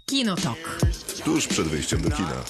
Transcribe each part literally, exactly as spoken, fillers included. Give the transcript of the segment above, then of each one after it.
Kinotok. Tuż przed wyjściem do kina.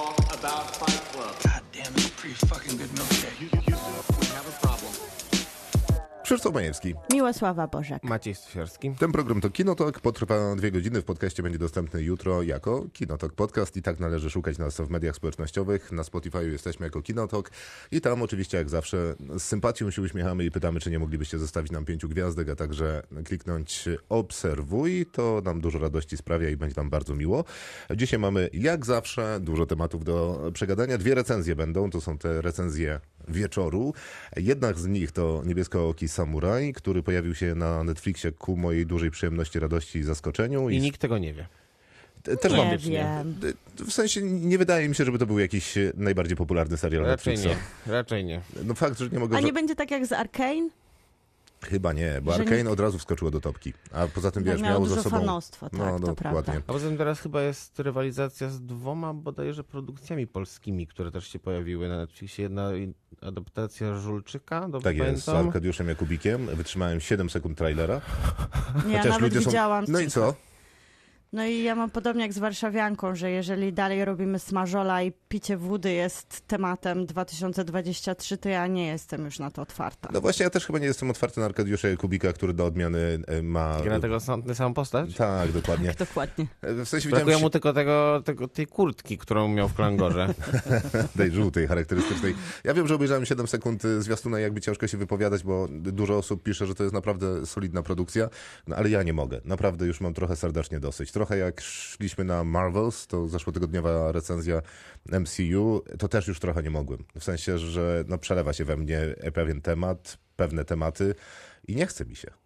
Krzysztof Majewski. Miłosława Bożek. Maciej Stosiarski. Ten program to Kinotok, potrwa dwie godziny. W podcaście będzie dostępny jutro jako Kinotok Podcast i tak należy szukać nas w mediach społecznościowych. Na Spotify jesteśmy jako Kinotok i tam oczywiście jak zawsze z sympatią się uśmiechamy i pytamy, czy nie moglibyście zostawić nam pięciu gwiazdek, a także kliknąć obserwuj. To nam dużo radości sprawia i będzie nam bardzo miło. Dzisiaj mamy jak zawsze dużo tematów do przegadania. Dwie recenzje będą, to są te recenzje wieczoru. Jedna z nich to Niebieskooki Samuraj, który pojawił się na Netflixie ku mojej dużej przyjemności, radości i zaskoczeniu. I nikt tego nie wie. Też nie mam, wiem. w sensie nie wydaje mi się, żeby to był jakiś najbardziej popularny serial Raczej Netflixa. nie, raczej nie. No fakt, że nie mogę... A nie będzie tak jak z Arcane? Chyba nie, bo Że Arcane nikt- od razu wskoczyło do topki. A poza tym, wiesz, miało miało dużo za sobą... fanostwa, tak, no, to dokładnie. prawda. A poza tym teraz chyba jest rywalizacja z dwoma bodajże produkcjami polskimi, które też się pojawiły na Netflixie. Jedna adaptacja Żulczyka, dobrze Tak jest, z pamiętam? Arkadiuszem Jakubikiem. Wytrzymałem siedem sekund trailera. Ja Chociaż nawet ludzie są... widziałam. No i co? No i ja mam podobnie jak z warszawianką, że jeżeli dalej robimy smażola i picie wody jest tematem dwa tysiące dwudziesty trzeci, to ja nie jestem już na to otwarta. No właśnie, ja też chyba nie jestem otwarty na Arkadiusza Jakubika, który do odmiany e, ma... Gra tego sam, tę samą postać? Tak, dokładnie. Tak, dokładnie. W sensie widziałem... Brakuje mu tylko tego, tego, tej kurtki, którą miał w Klangorze. tej żółtej, charakterystycznej. Ja wiem, że obejrzałem siedem sekund zwiastuna, jakby ciężko się wypowiadać, bo dużo osób pisze, że to jest naprawdę solidna produkcja, no ale ja nie mogę. Naprawdę już mam trochę serdecznie dosyć. Trochę jak szliśmy na Marvels, to zeszłotygodniowa recenzja M C U, to też już trochę nie mogłem. W sensie, że no, przelewa się we mnie pewien temat, pewne tematy i nie chce mi się.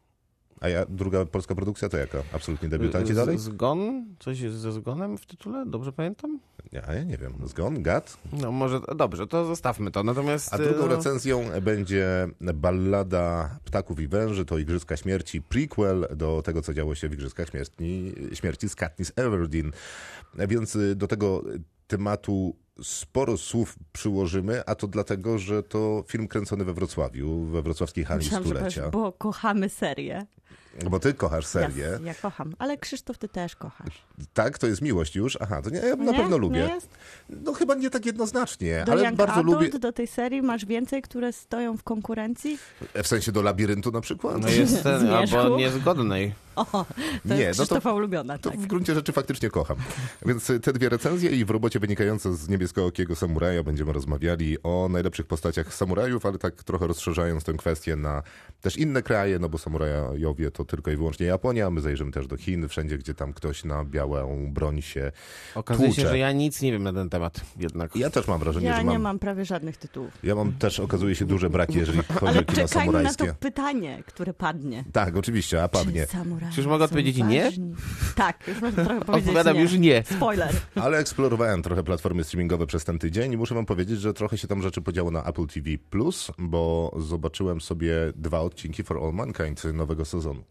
A ja, druga polska produkcja to jaka? Absolutnie debiutanci dalej? Z, zgon? Coś jest ze zgonem w tytule? Dobrze pamiętam? Ja, ja nie wiem. Zgon? Gad? No może, dobrze, to zostawmy to. Natomiast... A drugą no, recenzją będzie Ballada Ptaków i Węży, to Igrzyska Śmierci, prequel do tego, co działo się w Igrzyskach Śmierci, śmierci z Katniss Everdeen. Więc do tego tematu sporo słów przyłożymy, a to dlatego, że to film kręcony we Wrocławiu, we wrocławskiej hali Myślałam, że stulecia. powiesz, bo kochamy serię. Bo ty kochasz serię. Ja, ja kocham, ale Krzysztof, ty też kochasz. Tak, to jest miłość już? Aha, to nie, ja na Nie? pewno lubię. Nie jest? No chyba nie tak jednoznacznie, Do ale Young bardzo Adult, lubię. do tej serii masz więcej, które stoją w konkurencji? W sensie do Labiryntu na przykład? No jest ten, Zmierzchu? albo niezgodnej. O, to Nie, jest no to- Krzysztofa ulubiona, To tak. w gruncie rzeczy faktycznie kocham. Więc te dwie recenzje i w robocie wynikające z Niebieskookiego Samuraja będziemy rozmawiali o najlepszych postaciach samurajów, ale tak trochę rozszerzając tę kwestię na też inne kraje, no bo samurajowie to tylko i wyłącznie Japonia, a my zajrzymy też do Chin, wszędzie gdzie tam ktoś na białą broń się Okazuje tłucze. się, że ja nic nie wiem na ten temat jednak. Ja też mam wrażenie, Ja że nie mam, mam prawie żadnych tytułów. ja mam też, okazuje się, duże braki, jeżeli chodzi Ale o kino czekajmy na samurajskie. to pytanie, które padnie. Tak, oczywiście, a padnie. Czy samuraje Czy już mogę są odpowiedzieć nie? ważni? Tak, już mogę trochę powiedzieć Odpowiadam nie. już nie. Spoiler. Ale eksplorowałem trochę platformy streamingowe przez ten tydzień i muszę wam powiedzieć, że trochę się tam rzeczy podziało na Apple T V plus, bo zobaczyłem sobie dwa odcinki For All Mankind nowego sezonu.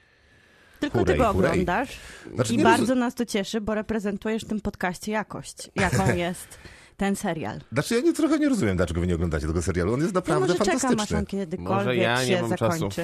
Tylko Hurray, ty go hurray. oglądasz Znaczy, i nie bardzo roz- nas to cieszy, bo reprezentujesz w tym podcaście jakość, jaką jest ten serial. Znaczy ja nie, trochę nie rozumiem, dlaczego wy nie oglądacie tego serialu. On jest Ja naprawdę może czekam, aż fantastyczny. on kiedykolwiek Może ja nie się mam czasu. zakończy.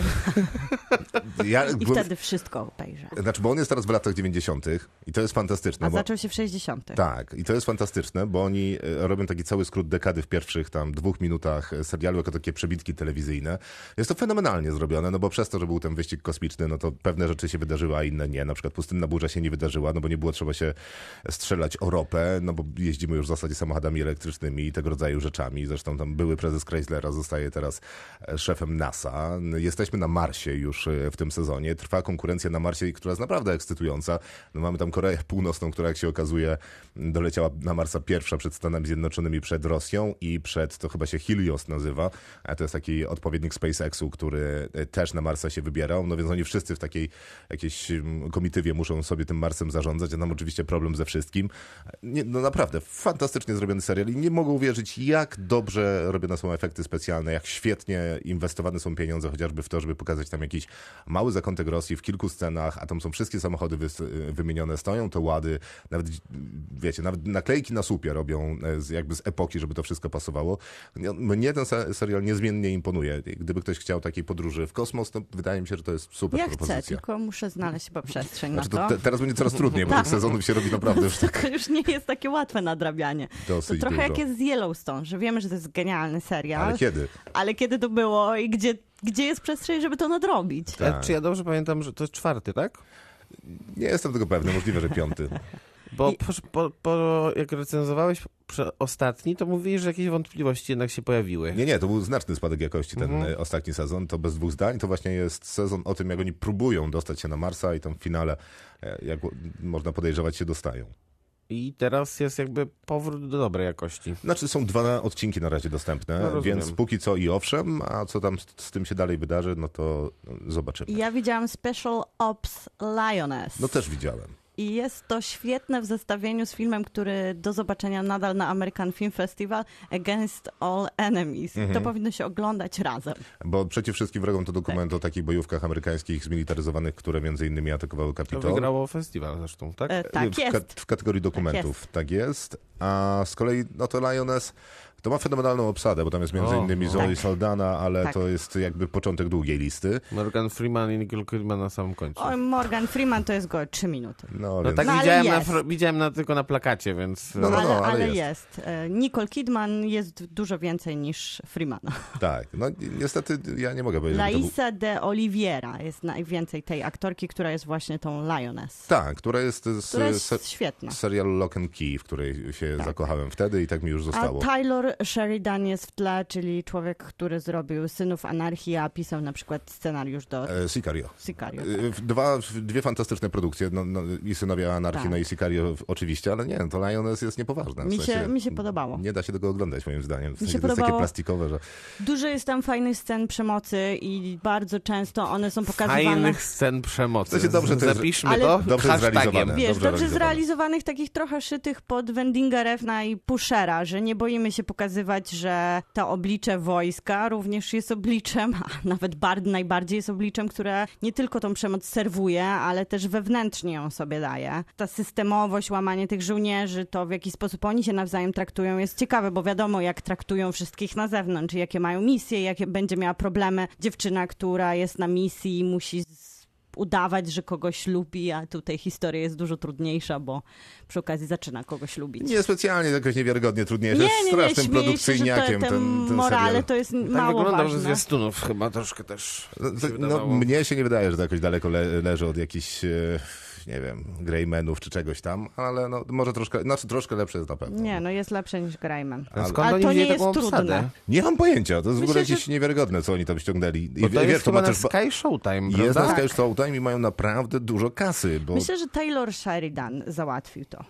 Ja, I byłem- wtedy wszystko obejrzę. Znaczy, bo on jest teraz w latach dziewięćdziesiątych i to jest fantastyczne. A Bo... zaczął się w sześćdziesiątych. Tak, i to jest fantastyczne, bo oni e, robią taki cały skrót dekady w pierwszych tam dwóch minutach serialu, jako takie przebitki telewizyjne. Jest to fenomenalnie zrobione, no bo przez to, że był ten wyścig kosmiczny, no to pewne rzeczy się wydarzyły, a inne nie. Na przykład pustynna burza się nie wydarzyła, no bo nie było trzeba się strzelać o ropę, no bo jeździmy już w zasadzie samochodami elektrycznymi i tego rodzaju rzeczami. Zresztą tam były prezes Chryslera, zostaje teraz e, szefem NASA. Jesteśmy na Marsie już e, w tym sezonie. Trwa konkurencja na Marsie, która jest naprawdę ekscytująca. No mamy tam Koreę Północną, która jak się okazuje doleciała na Marsa pierwsza przed Stanami Zjednoczonymi, przed Rosją i przed, to chyba się Helios nazywa, a to jest taki odpowiednik SpaceXu, który też na Marsa się wybierał, no więc oni wszyscy w takiej jakiejś mm, komitywie muszą sobie tym Marsem zarządzać, a tam oczywiście problem ze wszystkim. Nie, no naprawdę, fantastycznie zrobiona zrobiony serial i nie mogę uwierzyć, jak dobrze robione są efekty specjalne, jak świetnie inwestowane są pieniądze chociażby w to, żeby pokazać tam jakiś mały zakątek Rosji w kilku scenach, a tam są wszystkie samochody wy, wymienione, stoją te łady, nawet, wiecie, nawet naklejki na słupie robią z, jakby z epoki, żeby to wszystko pasowało. Mnie ten serial niezmiennie imponuje. Gdyby ktoś chciał takiej podróży w kosmos, to wydaje mi się, że to jest super ja propozycja. chcę, tylko muszę znaleźć chyba przestrzeń Znaczy, na to. to te, teraz będzie coraz trudniej, bo tych sezonów się robi naprawdę już tak To już nie jest takie łatwe nadrabianie. dosyć To trochę dużo. jak jest z Yellowstone, że wiemy, że to jest genialny serial. Ale kiedy? Ale kiedy to było i gdzie, gdzie jest przestrzeń, żeby to nadrobić? Tak. A czy ja dobrze pamiętam, że to jest czwarty, tak? Nie jestem tego pewny, możliwe, że piąty. Bo I- po, po, po, jak recenzowałeś prze- ostatni, to mówili, że jakieś wątpliwości jednak się pojawiły. Nie, nie, to był znaczny spadek jakości ten Mhm. e, ostatni sezon, to bez dwóch zdań. To właśnie jest sezon o tym, jak oni próbują dostać się na Marsa i tam w finale, e, jak można podejrzewać, się dostają. I teraz jest jakby powrót do dobrej jakości. Znaczy są dwa odcinki na razie dostępne, No, rozumiem. więc póki co i owszem, a co tam z, z tym się dalej wydarzy, no to no, zobaczymy. Ja widziałam Special Ops Lioness. No też widziałem. I jest to świetne w zestawieniu z filmem, który do zobaczenia nadal na American Film Festival, Against All Enemies. Mhm. To powinno się oglądać razem. Bo przeciw wszystkim wrogom to dokument o takich bojówkach amerykańskich zmilitaryzowanych, które między innymi atakowały To Kapitol. wygrało festiwal zresztą, tak? E, tak w, jest. kat- w kategorii dokumentów, tak jest. A z kolei, no to Lioness to ma fenomenalną obsadę, bo tam jest między O, innymi o. Zoe Tak. Saldana, ale Tak. to jest jakby początek długiej listy. Morgan Freeman i Nicole Kidman na samym końcu. Oj, Morgan Freeman to jest go trzy minuty. No, No więc... tak No, ale widziałem, na, jest. fr- widziałem na, tylko na plakacie, więc... No, no, ale, ale ale jest. jest. E, Nicole Kidman jest dużo więcej niż Freemana. tak. No niestety ja nie mogę powiedzieć, że to był... Laisa de Oliveira jest najwięcej tej aktorki, która jest właśnie tą Lioness. Tak, która jest z Która jest se- świetna. serialu Lock and Key, w której się Tak. zakochałem wtedy i tak mi już A zostało. Taylor Sheridan jest w tle, czyli człowiek, który zrobił Synów Anarchii, a pisał na przykład scenariusz do E, Sicario. Sicario. E, Dwa, dwie fantastyczne produkcje, no, no, i Synowie Anarchii, Tak. no i Sicario w- oczywiście, ale nie, to Lioness jest niepoważne. W Mi się- sensie, mi się podobało. Nie da się tego oglądać moim zdaniem. W sensie, się to jest takie podobało. plastikowe, że... Dużo jest tam fajnych scen przemocy i bardzo często one są pokazywane. Fajnych scen przemocy. To się dobrze to jest- Zapiszmy Ale- to Dobrze hashtagiem. zrealizowane. Wiesz, Dobrze dobrze, realizowane. zrealizowanych, takich trochę szytych pod Wendinga Refna i Pushera, że nie boimy się pokazywać, że to oblicze wojska również jest obliczem, a nawet bar- najbardziej jest obliczem, które nie tylko tą przemoc serwuje, ale też wewnętrznie ją sobie daje. Ta systemowość, łamanie tych żołnierzy, to w jaki sposób oni się nawzajem traktują jest ciekawe, bo wiadomo, jak traktują wszystkich na zewnątrz, jakie mają misje, jakie będzie miała problemy dziewczyna, która jest na misji i musi z- udawać, że kogoś lubi, a tutaj historia jest dużo trudniejsza, bo przy okazji zaczyna kogoś lubić. Nie specjalnie jakoś niewiarygodnie trudniejsze. nie, jest nie, strasznym śmieję się, że produkcyjniakiem te, te ten, ten morale serial. to jest Tak mało wyglądał ze ważne. zwiastunów chyba troszkę też No, się to- no, wydawało. mnie się nie wydaje, że to jakoś daleko le- leży od jakichś, e, nie wiem, Greymenów czy czegoś tam, ale no, może troszkę, znaczy troszkę lepsze jest na pewno. Nie, no jest lepsze niż Greyman. A skąd Ale oni to wzięli nie taką jest obsadę? trudne. Nie mam pojęcia, to jest w Myślę, ogóle jakieś niewiarygodne, co oni tam ściągnęli. I Bo to wiesz, jest to chyba ma na też... Sky Showtime, Jest prawda? na Sky Showtime i mają naprawdę dużo kasy, bo Myślę, że Taylor Sheridan załatwił to.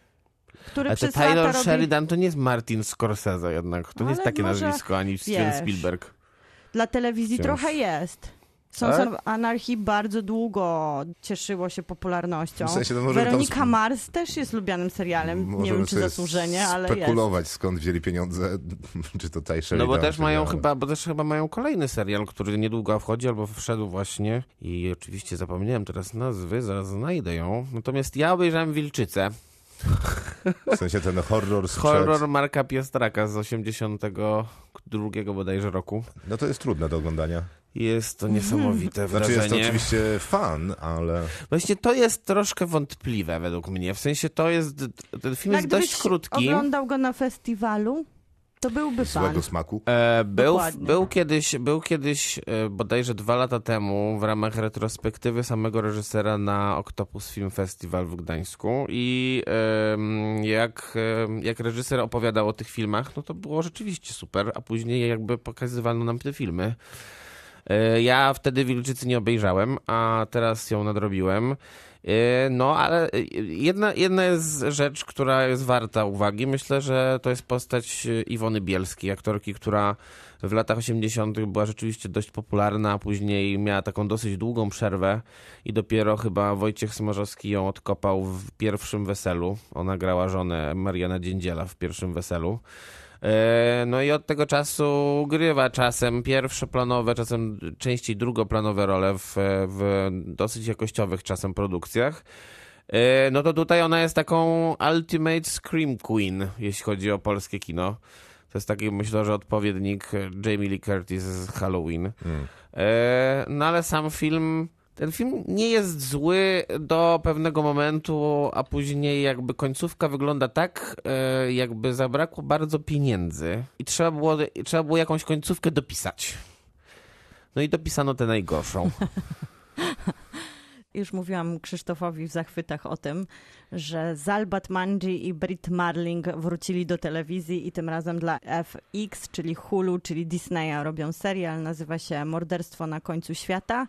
Który Ale to przez lata Taylor robi... Sheridan to nie jest Martin Scorsese jednak. To nie jest Ale takie może, nazwisko, ani Steven wiesz, Spielberg. Dla telewizji Wciąż. trochę jest. Są Tak? tak? Anarchii bardzo długo cieszyło się popularnością. w sensie, no może Weronika tam... Mars też jest lubianym serialem. Nie Możemy wiem, czy sobie zasłużenie, ale jest. spekulować, skąd wzięli pieniądze, czy to Ty No Sheridan, bo też czy mają nie. chyba, bo też chyba mają kolejny serial, który niedługo wchodzi albo wszedł właśnie. I oczywiście zapomniałem teraz nazwy, zaraz znajdę ją. Natomiast ja obejrzałem Wilczycę. W sensie ten horror sprzed... Horror Marka Piestraka z osiemdziesiątego drugiego bodajże roku. No to jest trudne do oglądania. Jest to niesamowite Znaczy wrażenie. jest to oczywiście fan, ale... Właśnie to jest troszkę wątpliwe według mnie. W sensie to jest, ten film Jak jest dość gdybyś krótki. oglądał go na festiwalu, to byłby fan. Złego smaku. E, był, Dokładnie. był kiedyś, był kiedyś e, bodajże dwa lata temu w ramach retrospektywy samego reżysera na Octopus Film Festival w Gdańsku i em, jak, em, jak reżyser opowiadał o tych filmach, no to było rzeczywiście super, a później jakby pokazywano nam te filmy. Ja wtedy Wilczycy nie obejrzałem, a teraz ją nadrobiłem. No, ale jedna, jedna jest rzecz, która jest warta uwagi. Myślę, że to jest postać Iwony Bielskiej, aktorki, która w latach osiemdziesiątych była rzeczywiście dość popularna, a później miała taką dosyć długą przerwę i dopiero chyba Wojciech Smarzowski ją odkopał w Pierwszym weselu. Ona grała żonę Mariana Dziędziela w Pierwszym weselu. No i od tego czasu grywa czasem pierwszoplanowe, czasem częściej drugoplanowe role w, w dosyć jakościowych czasem produkcjach. No to tutaj ona jest taką ultimate scream queen, jeśli chodzi o polskie kino. To jest taki, myślę, że odpowiednik Jamie Lee Curtis z Halloween. Mm. No ale sam film... Ten film nie jest zły do pewnego momentu, a później jakby końcówka wygląda tak, jakby zabrakło bardzo pieniędzy i trzeba było, trzeba było jakąś końcówkę dopisać. No i dopisano tę najgorszą. Już mówiłam Krzysztofowi w zachwytach o tym, że Zalbat Manji i Brit Marling wrócili do telewizji i tym razem dla F X, czyli Hulu, czyli Disneya robią serial, nazywa się Morderstwo na końcu świata.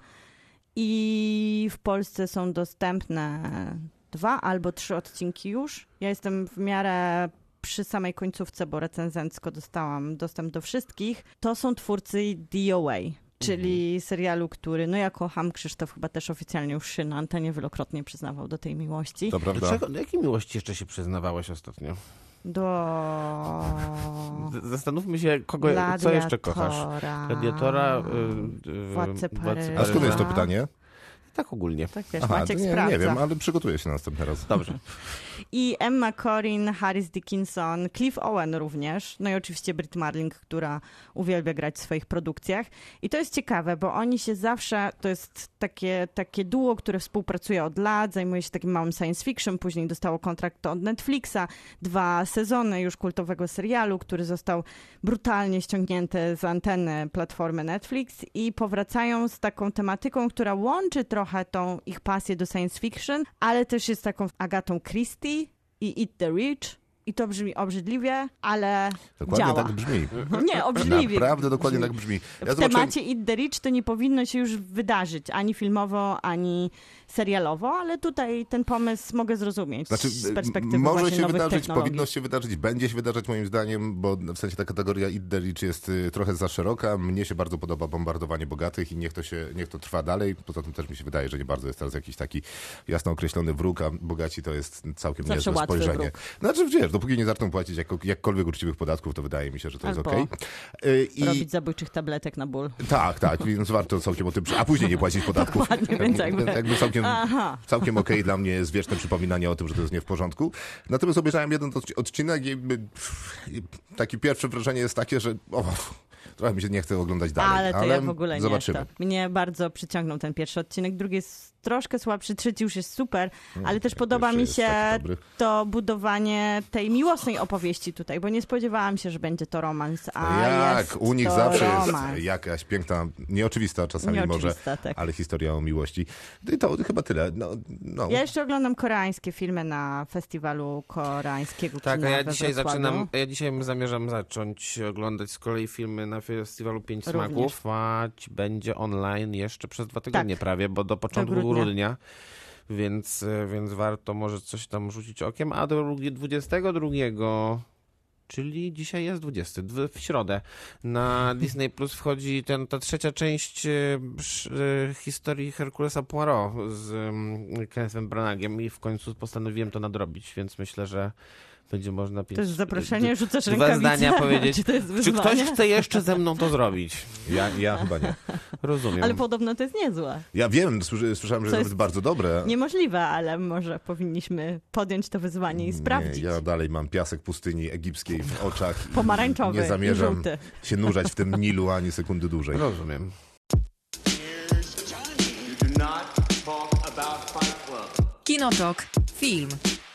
I w Polsce są dostępne dwa albo trzy odcinki już. Ja jestem w miarę przy samej końcówce, bo recenzencko dostałam dostęp do wszystkich. To są twórcy D O A, czyli mhm. serialu, który, no ja kocham, Krzysztof chyba też oficjalnie już się na antenie wielokrotnie przyznawał do tej miłości. To prawda. Dlaczego, do jakiej miłości jeszcze się przyznawałeś ostatnio? Do... Zastanówmy się, kogo, co jeszcze kochasz. Gladiatora, yy, Władcę Paryża. A skąd jest to pytanie? Tak ogólnie. Tak wiesz, Aha, Maciek nie, sprawdza. nie wiem, ale przygotuję się na następny raz. Dobrze. I Emma Corrin, Harris Dickinson, Cliff Owen również, no i oczywiście Brit Marling, która uwielbia grać w swoich produkcjach. I to jest ciekawe, bo oni się zawsze, to jest takie, takie duo, które współpracuje od lat, zajmuje się takim małym science fiction, później dostało kontrakt od Netflixa, dwa sezony już kultowego serialu, który został brutalnie ściągnięty z anteny platformy Netflix i powracają z taką tematyką, która łączy trochę tą ich pasję do science fiction, ale też jest taką Agatą Christie i Eat the Rich. I to brzmi obrzydliwie, ale dokładnie działa. tak brzmi. Nie, obrzydliwie. Naprawdę dokładnie tak brzmi. Ja w zobaczyłem... temacie Eat the Rich to nie powinno się już wydarzyć, ani filmowo, ani serialowo, ale tutaj ten pomysł mogę zrozumieć znaczy, z perspektywy może właśnie się nowych wydarzyć, technologii. powinno się wydarzyć, będzie się wydarzać moim zdaniem, bo w sensie ta kategoria Eat the Rich jest trochę za szeroka. Mnie się bardzo podoba bombardowanie bogatych i niech to, się, niech to trwa dalej. Poza tym też mi się wydaje, że nie bardzo jest teraz jakiś taki jasno określony wróg, a bogaci to jest całkiem Zawsze niezłe spojrzenie. Wróg. Znaczy wiesz, dopóki nie zaczną płacić jak, jakkolwiek uczciwych podatków, to wydaje mi się, że to jest Albo okej. Okay. I... robić zabójczych tabletek na ból. Tak, tak, więc warto całkiem o tym, a później nie płacić podatków. Dokładnie, więc jakby, jakby całkiem, całkiem okej okay dla mnie jest wieczne przypominanie o tym, że to jest nie w porządku. Natomiast obejrzałem jeden odcinek i takie pierwsze wrażenie jest takie, że o, trochę mi się nie chce oglądać dalej. Ale to ale ja w ogóle zobaczymy. nie. To mnie bardzo przyciągnął ten pierwszy odcinek, drugi jest troszkę słabszy, trzeci już jest super, ale też podoba mi się to budowanie tej miłosnej opowieści tutaj, bo nie spodziewałam się, że będzie to romans, a Jak? jest U nich to zawsze romans. jest jakaś piękna, nieoczywista czasami Nieoczywista, może, tak. ale historia o miłości. I to chyba tyle. No, no. Ja jeszcze oglądam koreańskie filmy na festiwalu koreańskiego tak, kina a ja we dzisiaj Wrocławiu. zaczynam, ja dzisiaj zamierzam zacząć oglądać z kolei filmy na festiwalu Pięć Również. Smaków. Trwać będzie online jeszcze przez dwa tygodnie tak. prawie, bo do początku do grudnia. grudnia. Więc, więc warto może coś tam rzucić okiem. A do dwudziestego drugiego, czyli dzisiaj jest dwudziesty, w środę, na Disney Plus wchodzi ten, ta trzecia część y, y, historii Herkulesa Poirot z y, Kennethem Branaghem i w końcu postanowiłem to nadrobić, więc myślę, że będzie można... To jest zaproszenie, rzucasz dwa rękawicę. zdania powiedzieć. Czy, to jest Czy ktoś chce jeszcze ze mną to zrobić? Ja, ja chyba nie. Rozumiem. Ale podobno to jest niezłe. Ja wiem, słyszałem, że to jest bardzo dobre. Niemożliwe, ale może powinniśmy podjąć to wyzwanie i sprawdzić. Nie, ja dalej mam piasek pustyni egipskiej w oczach. Pomarańczowy i nie zamierzam i żółty. się nurzać w tym Nilu ani sekundy dłużej. Rozumiem. Kinotok. Film.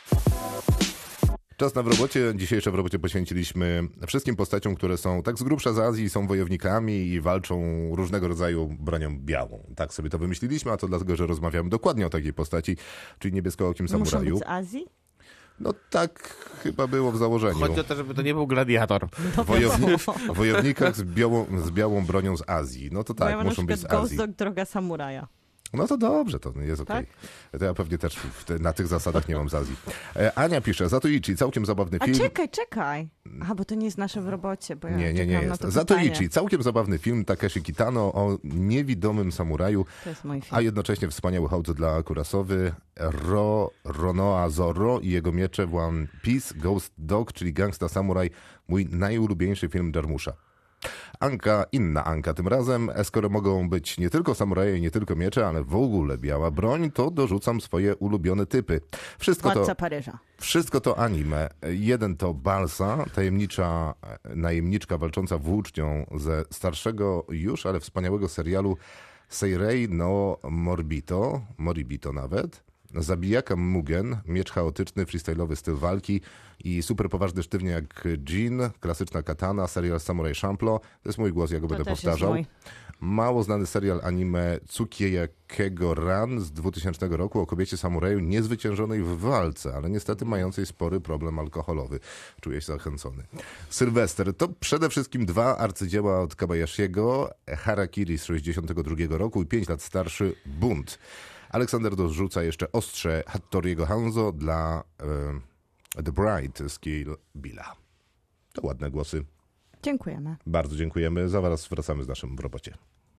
Czas na w robocie. Dzisiejsze w robocie poświęciliśmy wszystkim postaciom, które są tak z grubsza z Azji, są wojownikami i walczą różnego rodzaju bronią białą. Tak sobie to wymyśliliśmy, a to dlatego, że rozmawiamy dokładnie o takiej postaci, czyli niebieskookim Muszą samuraju. być z Azji? No tak chyba było w założeniu. Chodzi o to, żeby to nie był gladiator. Wojowni wojownikach z białą, z białą bronią z Azji. No to tak, Bo ja muszą na być z przykład Azji. Ghost Dog, droga samuraja. No to dobrze, to jest okej. To ja pewnie też w te, na tych zasadach nie mam z Azji. E, Ania pisze, Zatoichi, całkiem zabawny A film. czekaj, czekaj. Aha, bo to nie jest nasze w robocie, bo ja Nie, nie, nie czekałam na jest. to Zatoichi, pytanie. całkiem zabawny film Takeshi Kitano o niewidomym samuraju, To jest mój film. a jednocześnie wspaniały hołd dla Kurosawy, Ro, Ronoa Zorro i jego miecze w One Piece, Ghost Dog, czyli Gangsta Samuraj, mój najulubieńszy film Jarmusza. Anka, inna Anka tym razem, skoro mogą być nie tylko samuraje i nie tylko miecze, ale w ogóle biała broń, to dorzucam swoje ulubione typy. Wszystko Władca to, Paryża. wszystko to anime. Jeden to Balsa, tajemnicza najemniczka walcząca włócznią ze starszego już, ale wspaniałego serialu Seirei no Morbito, Moribito nawet. Zabijaka Mugen, miecz chaotyczny, freestyle'owy styl walki i super poważny sztywnie jak Jin, klasyczna katana, serial Samurai Champloo. To jest mój głos, ja go To będę też jest powtarzał. mój. Mało znany serial anime Tsukiyakego Ran z dwutysięcznego roku o kobiecie samuraju niezwyciężonej w walce, ale niestety mającej spory problem alkoholowy. Czuję się zachęcony. Sylwester to przede wszystkim dwa arcydzieła od Kobayashiego, Harakiri z sześćdziesiątego drugiego roku i pięć lat starszy Bunt. Aleksander dorzuca jeszcze ostrze Hattoriego Hanzo dla e, The Bride z Kill Billa. To ładne głosy. Dziękujemy. Bardzo dziękujemy. Zaraz wracamy z naszym w robocie.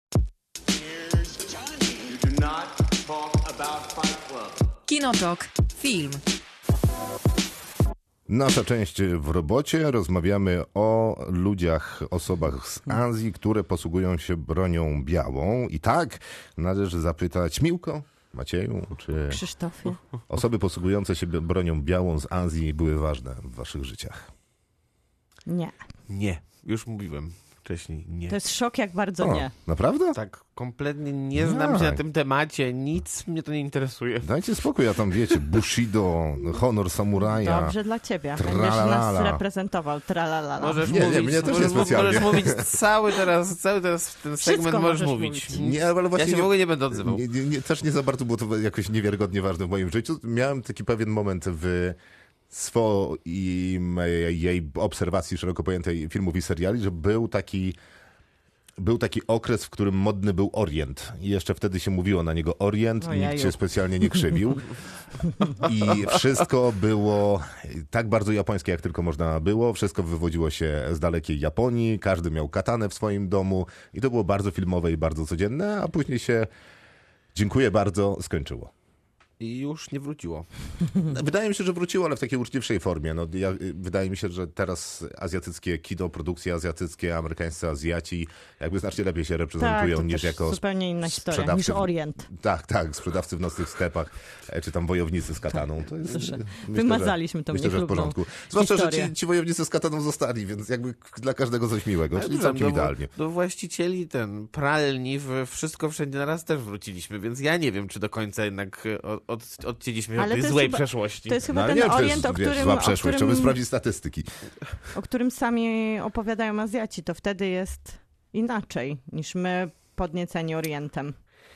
Kinotok. Film. Nasza część w robocie. Rozmawiamy o ludziach, osobach z Azji, które posługują się bronią białą. I tak należy zapytać, Miłko, Macieju, czy Krzysztofie. osoby posługujące się bronią białą z Azji były ważne w waszych życiach? Nie. Nie, już mówiłem wcześniej, nie. To jest szok, jak bardzo O, nie. naprawdę? Tak, kompletnie nie znam się na Jak? tym temacie, nic mnie to nie interesuje. Dajcie spokój, ja tam wiecie, Bushido, honor samuraja. Dobrze dla ciebie. Będziesz Tralala. nas reprezentował. Tralalala. Możesz Nie, nie, mówić, mnie też możesz, niespecjalnie. możesz mówić cały teraz, cały teraz ten segment Wszystko możesz możesz mówić. mówić. Nie, ale właśnie ja się nie- w ogóle nie będę odzywał. Nie, nie, nie, też nie za bardzo było to jakoś niewiarygodnie ważne w moim życiu. Miałem taki pewien moment w swoim jej obserwacji szeroko pojętej filmów i seriali, że był taki Był taki okres, w którym modny był Orient. I jeszcze wtedy się mówiło na niego Orient, Ojeju. nikt się specjalnie nie krzywił. I wszystko było tak bardzo japońskie, jak tylko można było. Wszystko wywodziło się z dalekiej Japonii. Każdy miał katanę w swoim domu. I to było bardzo filmowe i bardzo codzienne, a później się, dziękuję bardzo, skończyło. I już nie wróciło. Wydaje mi się, że wróciło, ale w takiej uczciwszej formie. No, ja, wydaje mi się, że teraz azjatyckie kino, produkcje azjatyckie, amerykańscy Azjaci jakby znacznie lepiej się Tak, reprezentują to niż też jako zupełnie inna historia sprzedawcy niż w- Orient. Tak, tak, sprzedawcy w nocnych sklepach, e, czy tam wojownicy z kataną. To jest, Proszę. myślę, Wymazaliśmy tą myślę, że w niechlubną porządku. Zwłaszcza, że historię. ci, ci wojownicy z kataną zostali, więc jakby dla każdego coś miłego, Ale czyli tam całkiem do, idealnie. do właścicieli ten pralni w Wszystko Wszędzie Naraz też wróciliśmy, więc ja nie wiem, czy do końca jednak e, od, od, odcięliśmy się Ale od tej to jest złej chyba- przeszłości. To jest chyba No, ale ten nie wiem, czy to Orient, jest, o wiesz, którym, zła o, przeszłość, trzeba by którym, sprawdzić statystyki. o którym sami opowiadają Azjaci. To wtedy jest inaczej niż my podnieceni Orientem.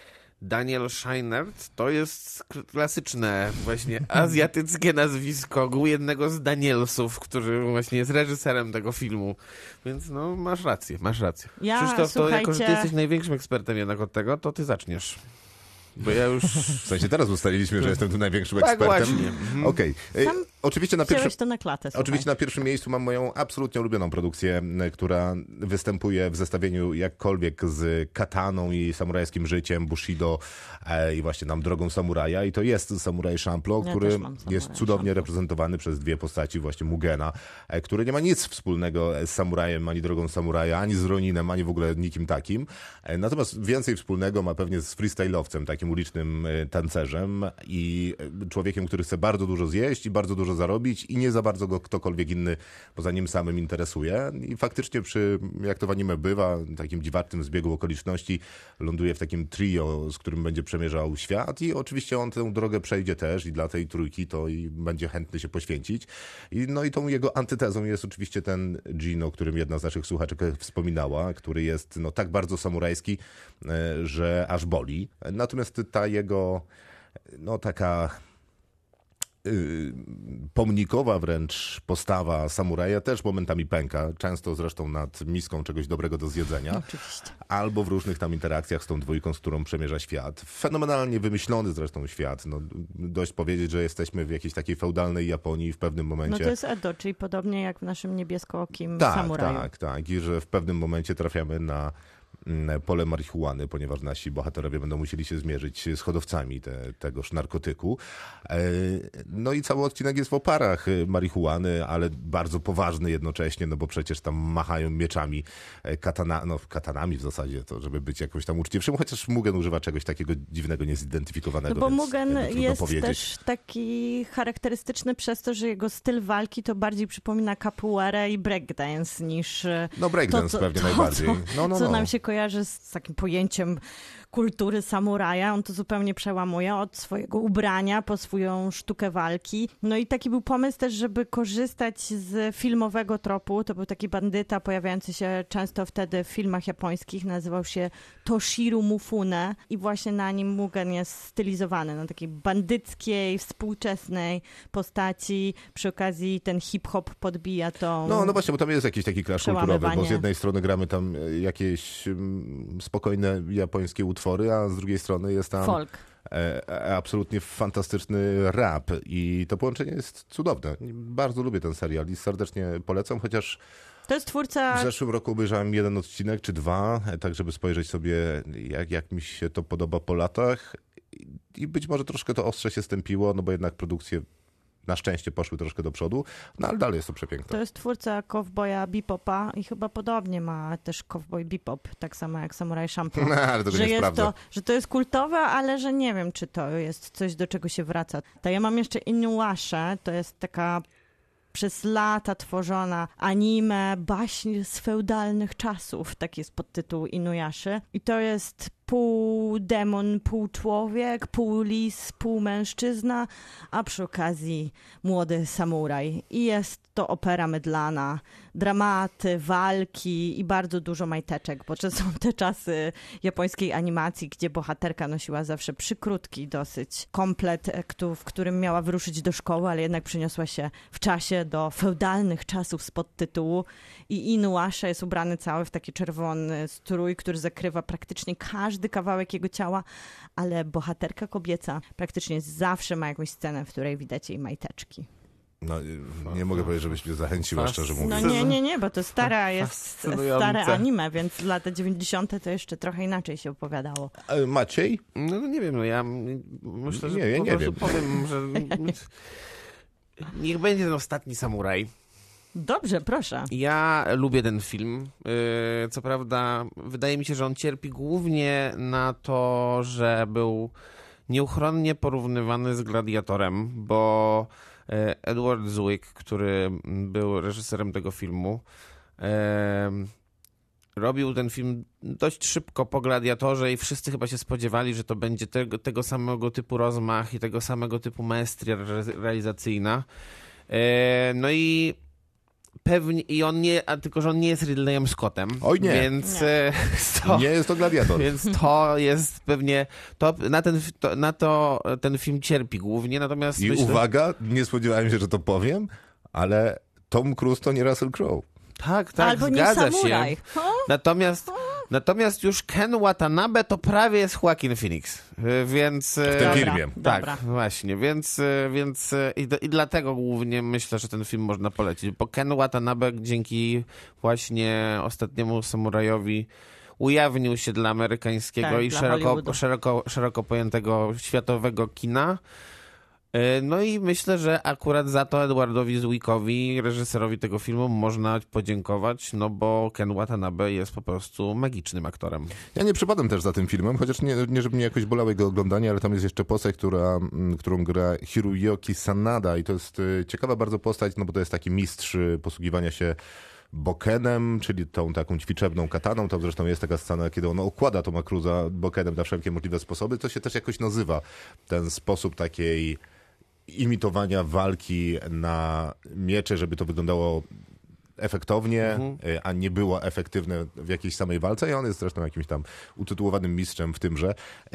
Daniel Scheinert to jest k- klasyczne właśnie azjatyckie nazwisko jednego z Danielsów, który właśnie jest reżyserem tego filmu. Więc no, masz rację, masz rację. Ja, Krzysztof, to jako, że ty słuchajcie- jesteś największym ekspertem jednak od tego, to ty zaczniesz. Bo ja już... W sensie teraz ustaliliśmy, że jestem tu największym Tak ekspertem. właśnie. Mhm. Okej. E, Sam Oczywiście na pierwszym... Wziąłeś to na klatę, słuchaj. Oczywiście na pierwszym miejscu mam moją absolutnie ulubioną produkcję, m, która występuje w zestawieniu jakkolwiek z kataną i samurajskim życiem, Bushido e, i właśnie nam drogą samuraja. I to jest Samuraj Champloo, Ja który też mam Samuraj jest cudownie Champloo. reprezentowany przez dwie postaci, właśnie Mugena, e, który nie ma nic wspólnego z samurajem, ani drogą samuraja, ani z Roninem, ani w ogóle nikim takim. E, natomiast więcej wspólnego ma pewnie z freestyle'owcem, takim ulicznym e, tancerzem i e, człowiekiem, który chce bardzo dużo zjeść i bardzo dużo zarobić i nie za bardzo go ktokolwiek inny poza nim samym interesuje. I faktycznie przy, jak to w anime bywa, takim dziwacznym zbiegu okoliczności ląduje w takim trio, z którym będzie przemierzał świat i oczywiście on tę drogę przejdzie też i dla tej trójki to i będzie chętny się poświęcić. I, no i tą jego antytezą jest oczywiście ten Jin, o którym jedna z naszych słuchaczek wspominała, który jest no, tak bardzo samurajski, e, że aż boli. Natomiast ta jego no taka pomnikowa wręcz postawa samuraja też momentami pęka, często zresztą nad miską czegoś dobrego do zjedzenia. Oczywiście. Albo w różnych tam interakcjach z tą dwójką, z którą przemierza świat. Fenomenalnie wymyślony zresztą świat. No, dość powiedzieć, że jesteśmy w jakiejś takiej feudalnej Japonii w pewnym momencie. No to jest Edo, czyli podobnie jak w naszym niebieskookim tak, samuraju. Tak, tak. I że w pewnym momencie trafiamy na pole marihuany, ponieważ nasi bohaterowie będą musieli się zmierzyć z hodowcami te, tegoż narkotyku. No i cały odcinek jest w oparach marihuany, ale bardzo poważny jednocześnie, no bo przecież tam machają mieczami, katana, no katanami w zasadzie, to żeby być jakoś tam uczciwszym, chociaż Mugen używa czegoś takiego dziwnego, niezidentyfikowanego. No bo więc Mugen jest powiedzieć. też taki charakterystyczny przez to, że jego styl walki to bardziej przypomina capoeirę i breakdance niż no breakdance to, co, pewnie to, najbardziej. No, no, co no. nam się kojarzy z takim pojęciem kultury samuraja. On to zupełnie przełamuje od swojego ubrania po swoją sztukę walki. No i taki był pomysł też, żeby korzystać z filmowego tropu. To był taki bandyta pojawiający się często wtedy w filmach japońskich. Nazywał się Toshiro Mifune i właśnie na nim Mugen jest stylizowany. Na takiej bandyckiej, współczesnej postaci. Przy okazji ten hip-hop podbija tą... No, no właśnie, bo tam jest jakiś taki clash kulturowy, bo z przełamywanie. jednej strony gramy tam jakieś mm, spokojne japońskie utwory, a z drugiej strony jest tam Folk. e, e, absolutnie fantastyczny rap i to połączenie jest cudowne. Bardzo lubię ten serial i serdecznie polecam, chociaż To jest twórca... w zeszłym roku obejrzałem jeden odcinek czy dwa, tak żeby spojrzeć sobie, jak, jak mi się to podoba po latach i być może troszkę to ostrze się stępiło, no bo jednak produkcje na szczęście poszły troszkę do przodu, no ale dalej jest to przepiękne. To jest twórca Cowboya Bebopa i chyba podobnie ma też Cowboy Bebop, tak samo jak Samurai Champloo. No, ale tego że nie jest sprawdzę. to, że to jest kultowe, ale że nie wiem, czy to jest coś, do czego się wraca. To ja mam jeszcze Inuyasha, to jest taka przez lata tworzona anime, baśń z feudalnych czasów, taki jest podtytuł Inuyaszy. I to jest pół demon, pół człowiek, pół lis, pół mężczyzna, a przy okazji młody samuraj. I jest to opera mydlana, dramaty, walki i bardzo dużo majteczek, bo to są te czasy japońskiej animacji, gdzie bohaterka nosiła zawsze przykrótki dosyć komplet, w którym miała wyruszyć do szkoły, ale jednak przyniosła się w czasie do feudalnych czasów z podtytułu. I Inuyasha jest ubrany cały w taki czerwony strój, który zakrywa praktycznie każdy kawałek jego ciała, ale bohaterka kobieca praktycznie zawsze ma jakąś scenę, w której widać jej majteczki. No, nie mogę powiedzieć, żebyś mnie zachęciła, szczerze No mówiąc. nie, nie, nie, bo to stara jest Fascynujące. stare anime, więc lata dziewięćdziesiąte to jeszcze trochę inaczej się opowiadało. E, Maciej? No, no nie wiem, no ja myślę, że Nie, ja po nie prostu wiem. powiem, że niech będzie ten ostatni samuraj. Dobrze, proszę. Ja lubię ten film. Yy, Co prawda, wydaje mi się, że on cierpi głównie na to, że był nieuchronnie porównywany z Gladiatorem, bo yy, Edward Zwick, który był reżyserem tego filmu, yy, robił ten film dość szybko po Gladiatorze i wszyscy chyba się spodziewali, że to będzie tego, tego samego typu rozmach i tego samego typu maestria re- realizacyjna. Yy, No i pewnie, i on nie, a tylko że on nie jest Ridleyem Scottem. Oj nie. Więc, Nie. e, to, Nie jest to Gladiator. więc to jest pewnie, to, na, ten, to, na to ten film cierpi głównie, natomiast I myślę, uwaga, nie spodziewałem się, że to powiem, ale Tom Cruise to nie Russell Crowe. tak, tak, Albo nie zgadza samuraj. się. O? Natomiast, natomiast już Ken Watanabe to prawie jest Joaquin Phoenix, Y, więc... W tym Dobra. filmie. Tak, Dobra. właśnie, więc, y, więc y, i, do, i dlatego głównie myślę, że ten film można polecić, bo Ken Watanabe dzięki właśnie ostatniemu samurajowi ujawnił się dla amerykańskiego Tak, i dla szeroko, Hollywoodu. szeroko, szeroko pojętego światowego kina. Y, No i myślę, że akurat za to Edwardowi Zwickowi, reżyserowi tego filmu, można podziękować, no bo Ken Watanabe jest po prostu magicznym aktorem. Ja nie przypadam też za tym filmem, chociaż nie, nie żeby mnie jakoś bolało jego oglądanie, ale tam jest jeszcze postać, która, m, którą gra Hiroyuki Sanada i to jest y, ciekawa bardzo postać, no bo to jest taki mistrz y, posługiwania się bokenem, czyli tą taką ćwiczebną kataną. Tam zresztą jest taka scena, kiedy on okłada Toma Cruza bokenem na wszelkie możliwe sposoby. To się też jakoś nazywa, ten sposób takiej imitowania walki na miecze, żeby to wyglądało efektownie, Mhm. a nie było efektywne w jakiejś samej walce i on jest zresztą jakimś tam utytułowanym mistrzem w tymże.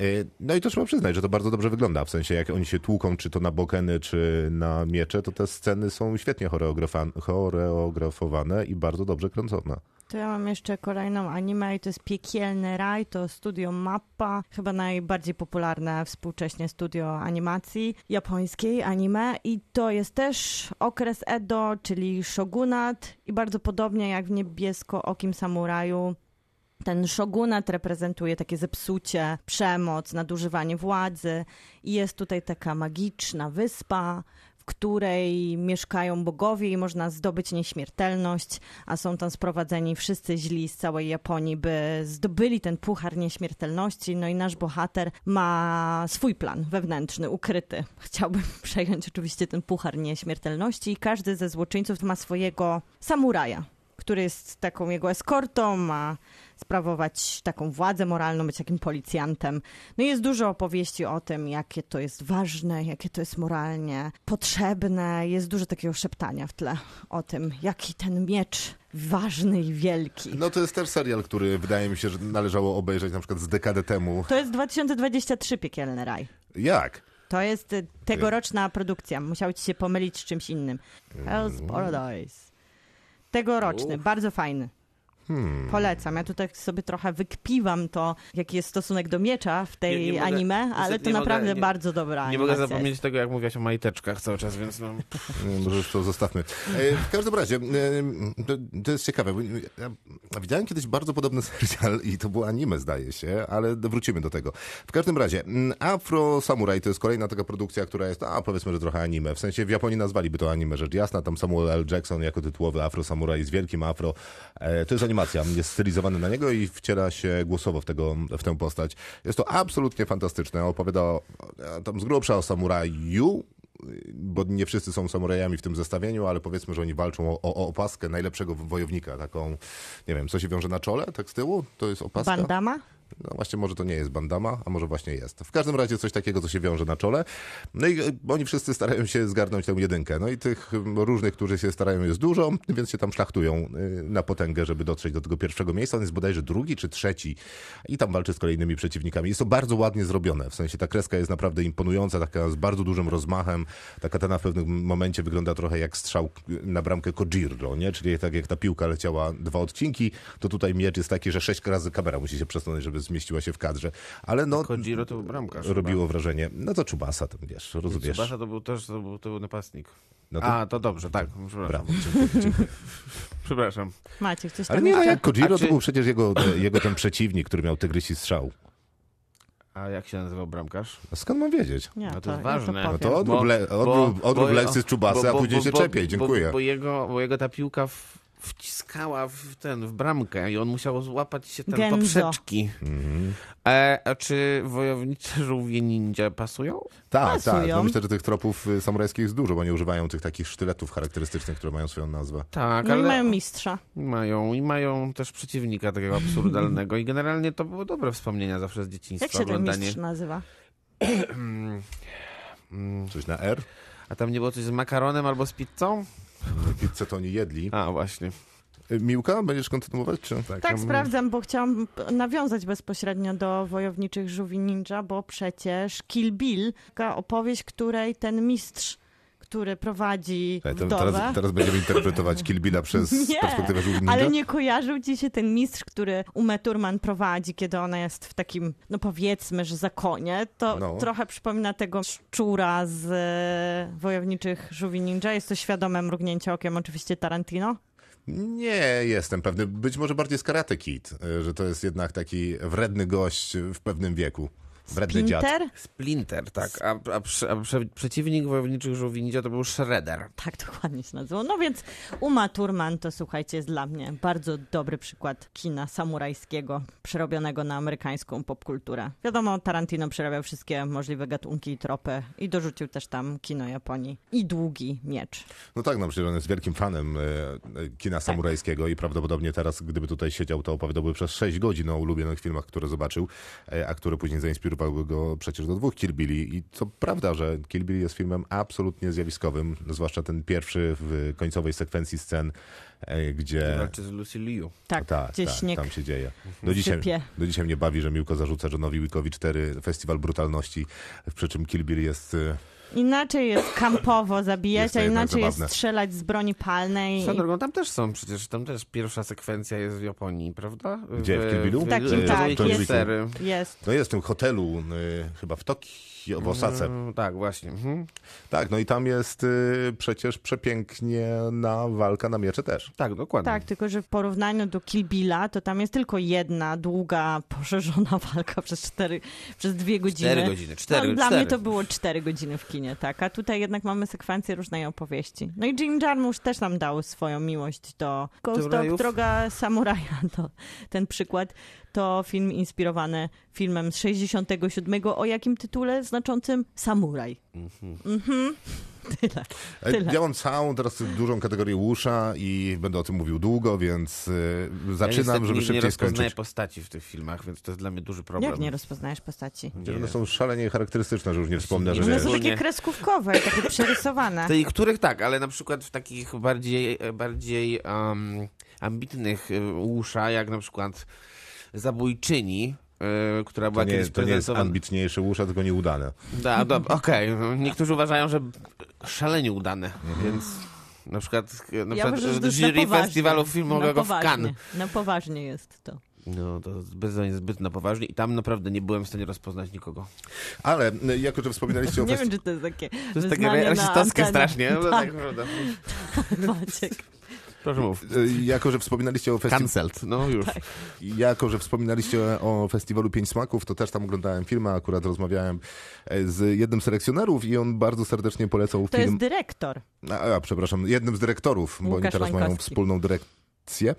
No i to trzeba przyznać, że to bardzo dobrze wygląda, w sensie jak oni się tłuką, czy to na bokeny, czy na miecze, to te sceny są świetnie choreografan- choreografowane i bardzo dobrze kręcone. To ja mam jeszcze kolejną anime i to jest Piekielny Raj, to studio Mappa, chyba najbardziej popularne współcześnie studio animacji japońskiej anime i to jest też okres Edo, czyli shogunat i bardzo podobnie jak w Niebieskookim Samuraju. Ten shogunat reprezentuje takie zepsucie, przemoc, nadużywanie władzy i jest tutaj taka magiczna wyspa, w której mieszkają bogowie i można zdobyć nieśmiertelność, a są tam sprowadzeni wszyscy źli z całej Japonii, by zdobyli ten puchar nieśmiertelności. No i nasz bohater ma swój plan wewnętrzny, ukryty. Chciałbym przejąć oczywiście ten puchar nieśmiertelności i każdy ze złoczyńców ma swojego samuraja, który jest taką jego eskortą, ma sprawować taką władzę moralną, być takim policjantem. No i jest dużo opowieści o tym, jakie to jest ważne, jakie to jest moralnie potrzebne. Jest dużo takiego szeptania w tle o tym, jaki ten miecz ważny i wielki. No to jest też serial, który wydaje mi się, że należało obejrzeć na przykład z dekadę temu. To jest dwa tysiące dwudziesty trzeci Piekielny Raj. Jak? To jest y, tegoroczna produkcja. Musiał ci się pomylić z czymś innym. Hell's Paradise. Tegoroczny, Uf. bardzo fajny. Hmm. Polecam. Ja tutaj sobie trochę wykpiwam to, jaki jest stosunek do miecza w tej Nie- nie mogę- anime, ale niestety to nie naprawdę mogę- nie- bardzo dobra Nie animacja mogę zapomnieć jest. tego, jak mówiłaś o majteczkach cały czas, więc no... Nie, Może już to zostawmy. E, W każdym razie, e, to, to jest ciekawe. Bo ja widziałem kiedyś bardzo podobny serial i to było anime, zdaje się, ale wrócimy do tego. W każdym razie, mm, Afro Samurai to jest kolejna taka produkcja, która jest, a powiedzmy, że trochę anime. W sensie w Japonii nazwaliby to anime, rzecz jasna. Tam Samuel L. Jackson jako tytułowy Afro Samurai z wielkim afro. E, To jest animacja. Jest stylizowany na niego i wciela się głosowo w, tego, w tę postać. Jest to absolutnie fantastyczne. Opowiada o, tam z grubsza o samuraju, bo nie wszyscy są samurajami w tym zestawieniu, ale powiedzmy, że oni walczą o, o opaskę najlepszego wojownika, taką, nie wiem, co się wiąże na czole, tak z tyłu? To jest opaska? Bandama? No właśnie, może to nie jest bandama, a może właśnie jest. W każdym razie coś takiego, co się wiąże na czole. No i e, oni wszyscy starają się zgarnąć tę jedynkę. No i tych m, różnych, którzy się starają, jest dużo, więc się tam szlachtują y, na potęgę, żeby dotrzeć do tego pierwszego miejsca. On jest bodajże drugi czy trzeci i tam walczy z kolejnymi przeciwnikami. Jest to bardzo ładnie zrobione, w sensie ta kreska jest naprawdę imponująca, taka z bardzo dużym rozmachem. Ta katana w pewnym momencie wygląda trochę jak strzał na bramkę Kojiro, nie? Czyli tak jak ta piłka leciała dwa odcinki, to tutaj miecz jest taki, że sześć razy kamera musi się przesunąć, żeby zmieściła się w kadrze. Ale no, Kojiro to był bramkarz. robiło wrażenie. No to Tsubasa, tam wiesz, rozumiesz. Tsubasa to był też to był, to był napastnik. No to, A, to dobrze, tak. Przepraszam. brawo, dziękuję, dziękuję. Przepraszam. Macie coś Ale tam nie, no jeszcze? jak Kojiro A czy- to był przecież jego, jego ten przeciwnik, który miał tygrysi strzał. A jak się nazywał bramkarz? A skąd mam wiedzieć? Nie, No to jest ja ważne. No powiem. to odrób, Bo- le, bo- odrób, odrób bo- lekcję z Tsubasy, a bo- później bo- się bo- czepiej. bo- Dziękuję. Bo, jego, bo jego ta piłka w, wciskała w ten, w bramkę i on musiał złapać się ten Genzo. poprzeczki. Mhm. E, a czy wojownicze żółwie ninja pasują? Tak, tak. Pasują. No myślę, że tych tropów y, samurajskich jest dużo, bo nie używają tych takich sztyletów charakterystycznych, które mają swoją nazwę. Tak, No i ale mają mistrza. mają i mają też przeciwnika takiego absurdalnego i generalnie to były dobre wspomnienia zawsze z dzieciństwa. Jak się ten oglądanie. mistrz nazywa? Mm, Coś na R? A tam nie było coś z makaronem albo z pizzą? Pizzę to oni jedli. A, właśnie. Y, Miłka, będziesz kontynuować, czy? Tak, ja- sprawdzam, bo chciałam nawiązać bezpośrednio do Wojowniczych Żółwi Ninja, bo przecież Kill Bill, taka opowieść, której ten mistrz, który prowadzi Słuchaj, to wdowę... teraz, teraz będziemy interpretować Kill Billa przez Nie, perspektywę żółwi ninja? Ale nie kojarzył ci się ten mistrz, który Uma Thurman prowadzi, kiedy ona jest w takim, no powiedzmy, że zakonie. To No. trochę przypomina tego szczura z e, Wojowniczych Żółwi Ninja. Jest to świadome mrugnięcie okiem oczywiście Tarantino. Nie jestem pewny. Być może bardziej z Karate Kid, y, że to jest jednak taki wredny gość w pewnym wieku. Wredny dziad. Splinter? Splinter, tak. A, a, prze, a prze, przeciwnik wojowniczych żółwi ninja to był Shredder. Tak dokładnie się nazywał. No więc Uma Thurman to słuchajcie jest dla mnie bardzo dobry przykład kina samurajskiego przerobionego na amerykańską popkulturę. Wiadomo, Tarantino przerabiał wszystkie możliwe gatunki i tropy i dorzucił też tam kino Japonii i Długi Miecz. No tak, no przecież on jest wielkim fanem e, e, kina samurajskiego i prawdopodobnie teraz, gdyby tutaj siedział, to opowiadałby przez sześć godzin o ulubionych filmach, które zobaczył, e, a które później zainspirowały nawiązywały go przecież do dwóch Kill Billi i to prawda, że Kill Bill jest filmem absolutnie zjawiskowym, zwłaszcza ten pierwszy w końcowej sekwencji scen, gdzie... Walczy z Lucy Liu. Tak, tak, gdzie tak, śnieg tam się dzieje. Do dzisiaj, do dzisiaj mnie bawi, że Miłko zarzuca Johnowi Wickowi cztery Festiwal Brutalności, przy czym Kill Bill jest... Inaczej jest kampowo zabijać, Jest to a jednak inaczej zabawne. jest strzelać z broni palnej. Swoją drogą, tam też są przecież, tam też pierwsza sekwencja jest w Japonii, prawda? Gdzie, w Kill Billu? Tak, E, tak, John jest. Wicku. Jest. No jest w tym hotelu, y, chyba w Tokio, w Osace. Mm, tak, właśnie. Mhm. Tak, no i tam jest y, przecież przepięknie na walka na miecze też. Tak, dokładnie. Tak, tylko że w porównaniu do Kill Billa, to tam jest tylko jedna długa, poszerzona walka przez cztery, przez dwie godziny. Cztery godziny, cztery, no, Dla cztery. mnie to było cztery godziny w kinie, tak. A tutaj jednak mamy sekwencję różnej opowieści. No i Jim Jarmusch też nam dał swoją miłość do Ghost Dog, Samurajów? Droga Samuraja, to ten przykład. To film inspirowany filmem z sześćdziesiątego siódmego o jakim tytule znaczącym Samuraj. Mhm. Mhm. Tyle. E, Tyle. Ja mam całą teraz dużą kategorię łusza i będę o tym mówił długo, więc y, zaczynam, ja żeby nie, szybciej nie rozpoznaję skończyć. postaci w tych filmach, więc to jest dla mnie duży problem. Jak nie rozpoznajesz postaci? Gdzie one są szalenie charakterystyczne, że już nie wspomnę, że nie One wiesz. są takie Ogólnie- kreskówkowe, takie przerysowane. W tej, których tak, ale na przykład w takich bardziej, bardziej um, ambitnych y, łusza, jak na przykład Zabójczyni, y, która była To nie, kiedyś to nie jest prezentowana. ambitniejsze łusza, tylko nieudane. Da, do, Okej, no, niektórzy uważają, że szalenie udane, więc na przykład, na Ja przykład uważam, że to jest na jury poważnie. festiwalu filmowego na w poważnie. Cannes. Na poważnie jest to. No to zbyt, zbyt na poważnie i tam naprawdę nie byłem w stanie rozpoznać nikogo. Ale y, jako, że wspominaliście o Nie festi- wiem, czy to jest takie To jest takie wyznanie na rasistowskie antenie. strasznie. No, Tak, tak, prawda. Maciek. Proszę mów. y, jako, że wspominaliście o festiwalu... Cancelled, no już. Jako, że wspominaliście o festiwalu Pięć Smaków, to też tam oglądałem film, a akurat rozmawiałem z jednym z selekcjonerów i on bardzo serdecznie polecał To film... jest dyrektor. A, a, przepraszam, jednym z dyrektorów, bo oni Łukasz teraz mają Wańkowski. wspólną dyrekcję,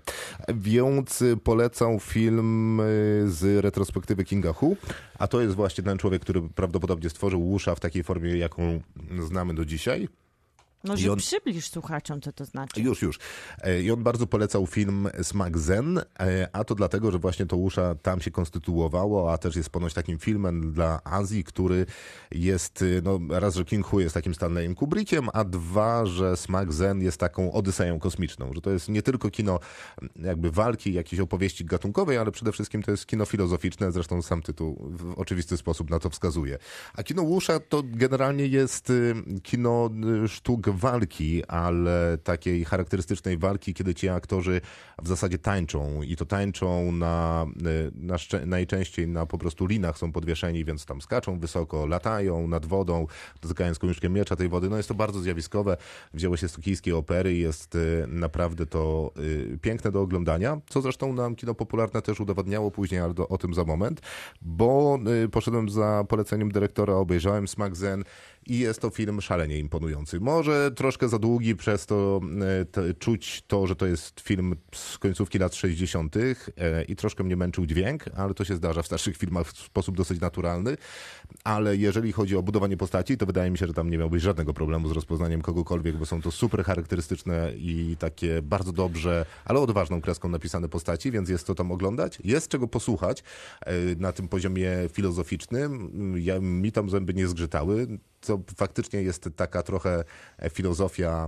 więc y, polecał film y, z retrospektywy Kinga Hu, a to jest właśnie ten człowiek, który prawdopodobnie stworzył łusza w takiej formie, jaką znamy do dzisiaj. Może I on- przybliż słuchaczom, co to znaczy. Już, już. E, I on bardzo polecał film Smak Zen, e, a to dlatego, że właśnie to łusza tam się konstytuowało, a też jest ponoć takim filmem dla Azji, który jest, y, no raz, że King Hu jest takim Stanleyem Kubrickiem, a dwa, że Smak Zen jest taką odyseją kosmiczną, że to jest nie tylko kino jakby walki, jakiejś opowieści gatunkowej, ale przede wszystkim to jest kino filozoficzne, zresztą sam tytuł w oczywisty sposób na to wskazuje. A kino łusza to generalnie jest y, kino y, sztuk walki, ale takiej charakterystycznej walki, kiedy ci aktorzy w zasadzie tańczą i to tańczą na, na szczę- najczęściej na po prostu linach są podwieszeni, więc tam skaczą wysoko, latają nad wodą, dotykając kończkiem miecza tej wody. No jest to bardzo zjawiskowe. Wzięło się z tokijskiej opery i jest y, naprawdę to y, piękne do oglądania, co zresztą nam kino popularne też udowadniało później, ale do, o tym za moment, bo y, poszedłem za poleceniem dyrektora, obejrzałem Smak Zen i jest to film szalenie imponujący. Może troszkę za długi, przez to e, te, czuć to, że to jest film z końcówki lat sześćdziesiątych e, i troszkę mnie męczył dźwięk, ale to się zdarza w starszych filmach w sposób dosyć naturalny. Ale jeżeli chodzi o budowanie postaci, to wydaje mi się, że tam nie miałbyś żadnego problemu z rozpoznaniem kogokolwiek, bo są to super charakterystyczne i takie bardzo dobrze, ale odważną kreską napisane postaci, więc jest to tam oglądać. Jest czego posłuchać e, na tym poziomie filozoficznym. Ja, mi tam zęby nie zgrzytały. To faktycznie jest taka trochę filozofia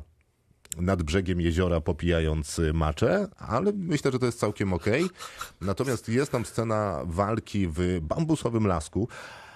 nad brzegiem jeziora popijając maczę, ale myślę, że to jest całkiem okej. Natomiast jest tam scena walki w bambusowym lasku.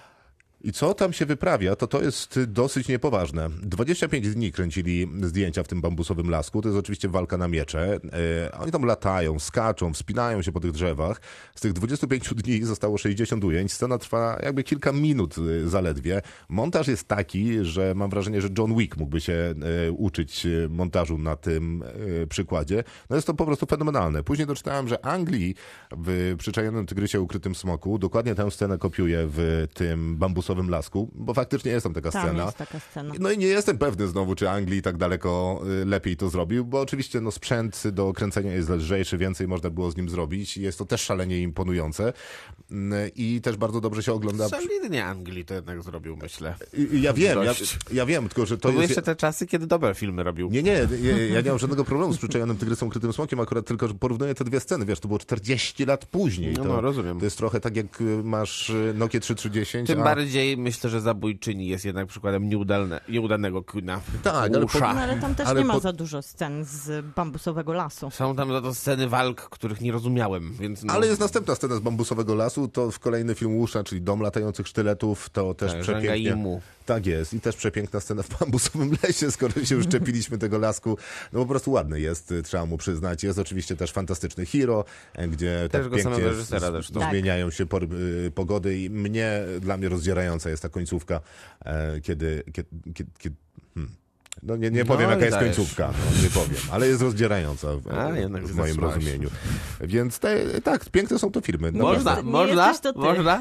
I co tam się wyprawia, to to jest dosyć niepoważne. dwadzieścia pięć dni kręcili zdjęcia w tym bambusowym lasku. To jest oczywiście walka na miecze. E, oni tam latają, skaczą, wspinają się po tych drzewach. Z tych dwudziestu pięciu dni zostało sześćdziesiąt ujęć. Scena trwa jakby kilka minut e, zaledwie. Montaż jest taki, że mam wrażenie, że John Wick mógłby się e, uczyć montażu na tym e, przykładzie. No jest to po prostu fenomenalne. Później doczytałem, że Anglii w Przyczajonym Tygrysie Ukrytym Smoku dokładnie tę scenę kopiuje w tym bambusowym bambusowym lasku, bo faktycznie jest tam taka Tam scena. jest taka scena. No i nie jestem pewny znowu, czy Anglii tak daleko y, lepiej to zrobił, bo oczywiście no, sprzęt do kręcenia jest lżejszy, więcej można było z nim zrobić. Jest to też szalenie imponujące y, i też bardzo dobrze się ogląda. Solidnie Anglii to jednak zrobił, myślę. I, ja wiem, ja, Dość. ja wiem, tylko że to, To były jest... jeszcze te czasy, kiedy dobre filmy robił. Nie, nie, ja, ja nie mam żadnego problemu z Przyczajonym Tygrysem Ukrytym Smokiem, akurat tylko, że porównuję te dwie sceny, wiesz, to było czterdzieści lat później. No, to, no rozumiem. To jest trochę tak, jak y, masz y, Nokia trzy tysiące trzysta. Tym a... bardziej myślę, że Zabójczyni jest jednak przykładem nieudalne, nieudanego kina. Tak, ale po- No, ale tam też Ale nie ma po- za dużo scen z bambusowego lasu. Są tam za to sceny walk, których nie rozumiałem, więc no... Ale jest następna scena z bambusowego lasu, to w kolejny film Łusza, czyli Dom latających sztyletów, to też Tak, przepięknie. Żangaimu. Tak jest i też przepiękna scena w bambusowym lesie, skoro się już czepiliśmy tego lasku. No po prostu ładny jest, trzeba mu przyznać. Jest oczywiście też fantastyczny Hero, gdzie Też tak go samego pięknie reżysera z- zresztą. Tak. zmieniają się pory, y, pogody i mnie, dla mnie rozdzierająca jest ta końcówka, e, kiedy... kiedy, kiedy, kiedy hmm. No nie, nie No powiem, i jaka jest dajesz. końcówka, no, nie powiem, ale jest rozdzierająca w, A, jednak w się moim zatrzymałeś. rozumieniu. Więc te, tak, piękne są to filmy. Można, naprawdę. Nie można, jesteś to ty. można.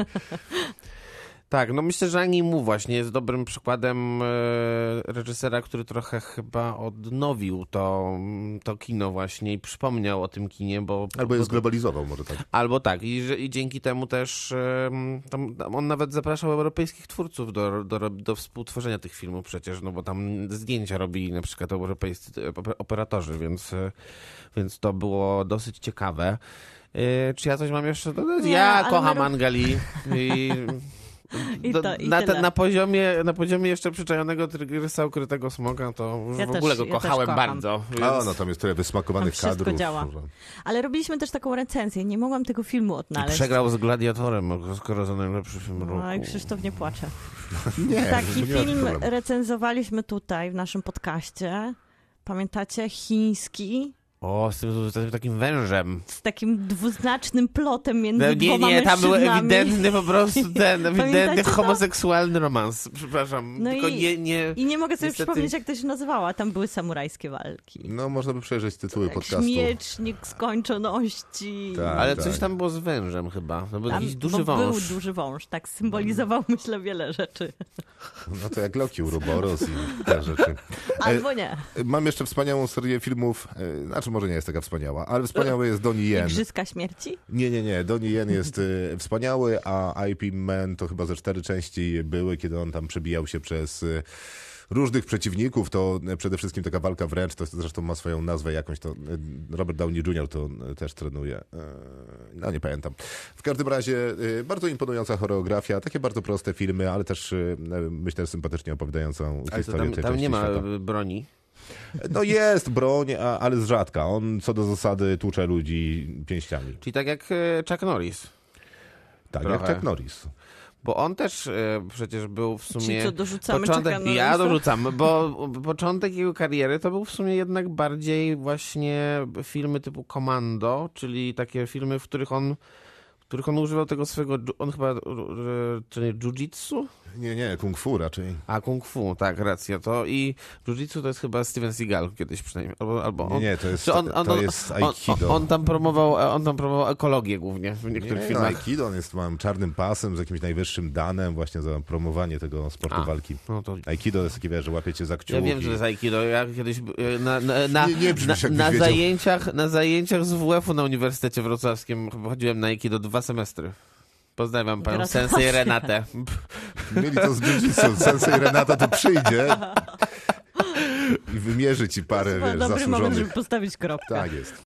Tak, no myślę, że Ani Mu właśnie jest dobrym przykładem e, reżysera, który trochę chyba odnowił to, to kino właśnie i przypomniał o tym kinie, bo... Albo bo, je zglobalizował może tak. Albo tak, i, że, i dzięki temu też em, tam, tam on nawet zapraszał europejskich twórców do, do, do współtworzenia tych filmów przecież, no bo tam zdjęcia robili na przykład europejscy oper- operatorzy, więc, e, więc to było dosyć ciekawe. E, Czy ja coś mam jeszcze dodać? Nie, Ja ale kocham my- Angali i... I Do, to- i na, tyle. ten, na, poziomie, na poziomie jeszcze Przyczajonego Tygrysa Ukrytego Smoka to już Ja w też- ogóle go ja też kochałem kocham. bardzo. Więc... A, no tam jest tyle wysmakowanych Tam wszystko kadrów. działa. że- Ale robiliśmy też taką recenzję, nie mogłam tego filmu I odnaleźć. przegrał z Gladiatorem, skoro za najlepszy film roku. No i Krzysztof nie płacze. Nie, Taki nie ma film problemu. recenzowaliśmy tutaj w naszym podcaście. Pamiętacie? Chiński. O, z tym, z tym takim wężem. Z takim dwuznacznym plotem między No, nie, dwoma nie, tam był mężczyznami. ewidentny po prostu ten, ewidentny Pamiętacie to? homoseksualny romans. Przepraszam, No tylko i- nie, nie... I nie mogę sobie Niestety- przypomnieć, jak to się nazywała. Tam były samurajskie walki. No można by przejrzeć tytuły Jak podcastu. Miecznik skończoności. Tak. Ale coś tam było z wężem chyba. To był Tam, jakiś duży bo wąż. Był duży wąż, tak symbolizował, myślę, wiele rzeczy. No to jak Loki, Uroboros i te rzeczy. Albo nie. Mam jeszcze wspaniałą serię filmów, e, znaczy może nie jest taka wspaniała, ale wspaniały jest Donnie Yen. Igrzyska śmierci? Nie, nie, nie. Donnie Yen jest e, wspaniały, a I P Man to chyba ze cztery części były, kiedy on tam przebijał się przez e, różnych przeciwników. To e, przede wszystkim taka walka wręcz, to zresztą ma swoją nazwę jakąś, to e, Robert Downey junior to e, też trenuje. E, no nie pamiętam. W każdym razie e, bardzo imponująca choreografia, takie bardzo proste filmy, ale też e, myślę sympatycznie opowiadająą Ale to historię tam, tej tam części nie ma świata. broni. No jest broń, a, ale z rzadka. On co do zasady tłucze ludzi pięściami. Czyli tak jak e, Chuck Norris. Tak, Trochę. jak Chuck Norris. Bo on też e, przecież był w sumie... Ci, co dorzucamy początek, Chucka Ja Norrisa? dorzucam, bo początek jego kariery to był w sumie jednak bardziej właśnie filmy typu Commando, czyli takie filmy, w których on, w których on używał tego swojego, dżu- on chyba, e, czy nie, jiu-jitsu? Nie, nie, kung fu raczej. A, kung fu, tak, racja. To i jiu-jitsu to jest chyba Steven Seagal kiedyś przynajmniej. Albo, albo Nie, on, nie, to jest, czy on, on, to on, jest on, aikido. on, on, tam promował, on tam promował ekologię głównie w niektórych nie, no, filmach. aikido, on jest mam czarnym pasem z jakimś najwyższym danem właśnie za promowanie tego sportu A, walki. No to Aikido jest takie, wiesz, że łapiecie za kciuki. ja wiem, że to jest aikido. Ja kiedyś e, na, na, na, Nie- nie brzmisz, na, jakbyś na, wiedział. zajęciach, na zajęciach z W F-u na Uniwersytecie Wrocławskim chyba chodziłem na aikido dwa semestry. Pozdrawiam panią Gratulacje. Sensei Renatę. Mieli to z jiu-jitsu. Sensei Renata to przyjdzie i wymierzy ci parę, Chyba wiesz, dobry moment, zasłużonych. żeby postawić kropkę. Tak jest.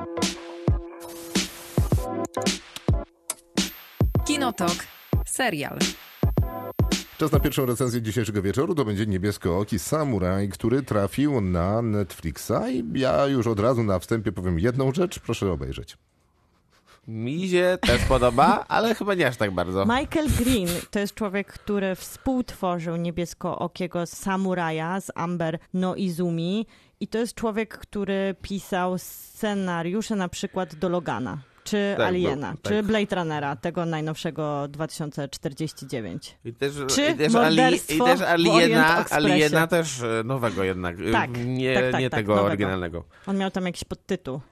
Kinotok. Serial. Czas na pierwszą recenzję dzisiejszego wieczoru. To będzie Niebieskooki Samuraj, który trafił na Netflixa i ja już od razu na wstępie powiem jedną rzecz. Proszę obejrzeć. Mi się też podoba, ale chyba nie aż tak bardzo. Michael Green to jest człowiek, który współtworzył Niebieskookiego Samuraja z Amber Noizumi i to jest człowiek, który pisał scenariusze na przykład do Logana, czy Tak, Aliena, był, czy tak. Blade Runnera, tego najnowszego dwa tysiące czterdzieści dziewięć. I też, Czy i też, morderstwo i też w Aliena, Orient Expressie. Aliena też e, nowego jednak. e, Tak, nie tak, tak, nie tak, tego nowego. oryginalnego. On miał tam jakiś podtytuł.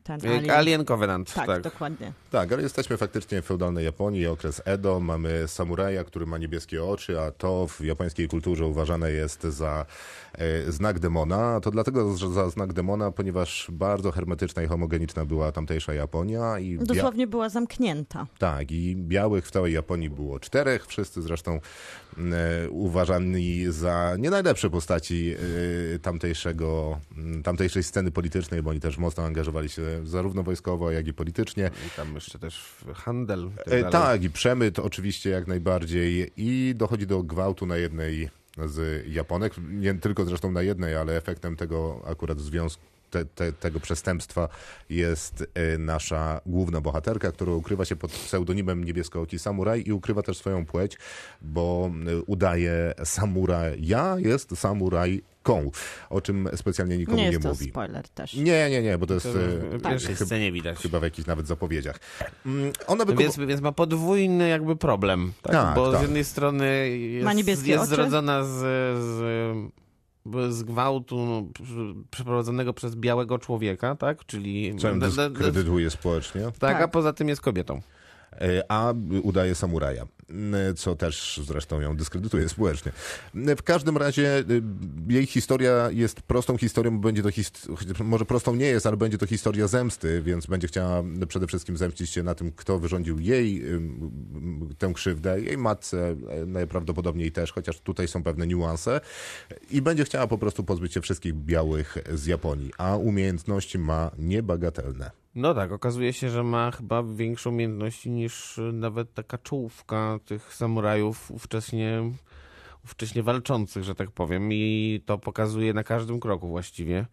ten Jak Alien. Alien Covenant, Tak, tak. dokładnie. Tak, ale jesteśmy faktycznie w feudalnej Japonii, okres Edo, mamy samuraja, który ma niebieskie oczy, a to w japońskiej kulturze uważane jest za e, znak demona. To dlatego że za znak demona, ponieważ bardzo hermetyczna i homogeniczna była tamtejsza Japonia. I bia- Dosłownie była zamknięta. Tak, i białych w całej Japonii było czterech, wszyscy zresztą e, uważani za nie najlepsze postaci e, tamtejszego, tamtejszej sceny politycznej, bo oni też mocno angażowali się zarówno wojskowo, jak i politycznie. I tam jeszcze też handel. i tak E, dalej. tak, i przemyt oczywiście jak najbardziej i dochodzi do gwałtu na jednej z Japonek, nie tylko zresztą na jednej, ale efektem tego akurat związku Te, te, tego przestępstwa jest e, nasza główna bohaterka, która ukrywa się pod pseudonimem Niebieskooki Samuraj i ukrywa też swoją płeć, bo e, udaje samuraja, jest samurajką, o czym specjalnie nikomu Nie nie, jest to mówi. spoiler też. Nie, nie, nie, bo to jest To e, w pierwszej chyba, scenie widać. chyba w jakichś nawet zapowiedziach. Mm, Ona wykup... Więc, więc ma podwójny jakby problem. Tak? Tak, Bo tak. z jednej strony jest, Ma niebieskie jest oczy? zrodzona z, z, z gwałtu przeprowadzonego przez białego człowieka, tak? Czyli Co ją d- d- d- dyskredytuje społecznie. tak, a Tak. poza tym jest kobietą. E, a udaje samuraja, e, co też zresztą ją dyskredytuje społecznie. E, W każdym razie e, jej historia jest prostą historią, bo będzie to hist- może prostą nie jest, ale będzie to historia zemsty, więc będzie chciała przede wszystkim zemścić się na tym, kto wyrządził jej e, m, tę krzywdę, jej matce e, najprawdopodobniej też, chociaż tutaj są pewne niuanse i będzie chciała po prostu pozbyć się wszystkich białych z Japonii, a umiejętności ma niebagatelne. No tak, okazuje się, że ma chyba większe umiejętności niż nawet taka czołówka tych samurajów ówcześnie, ówcześnie walczących, że tak powiem. I to pokazuje na każdym kroku właściwie.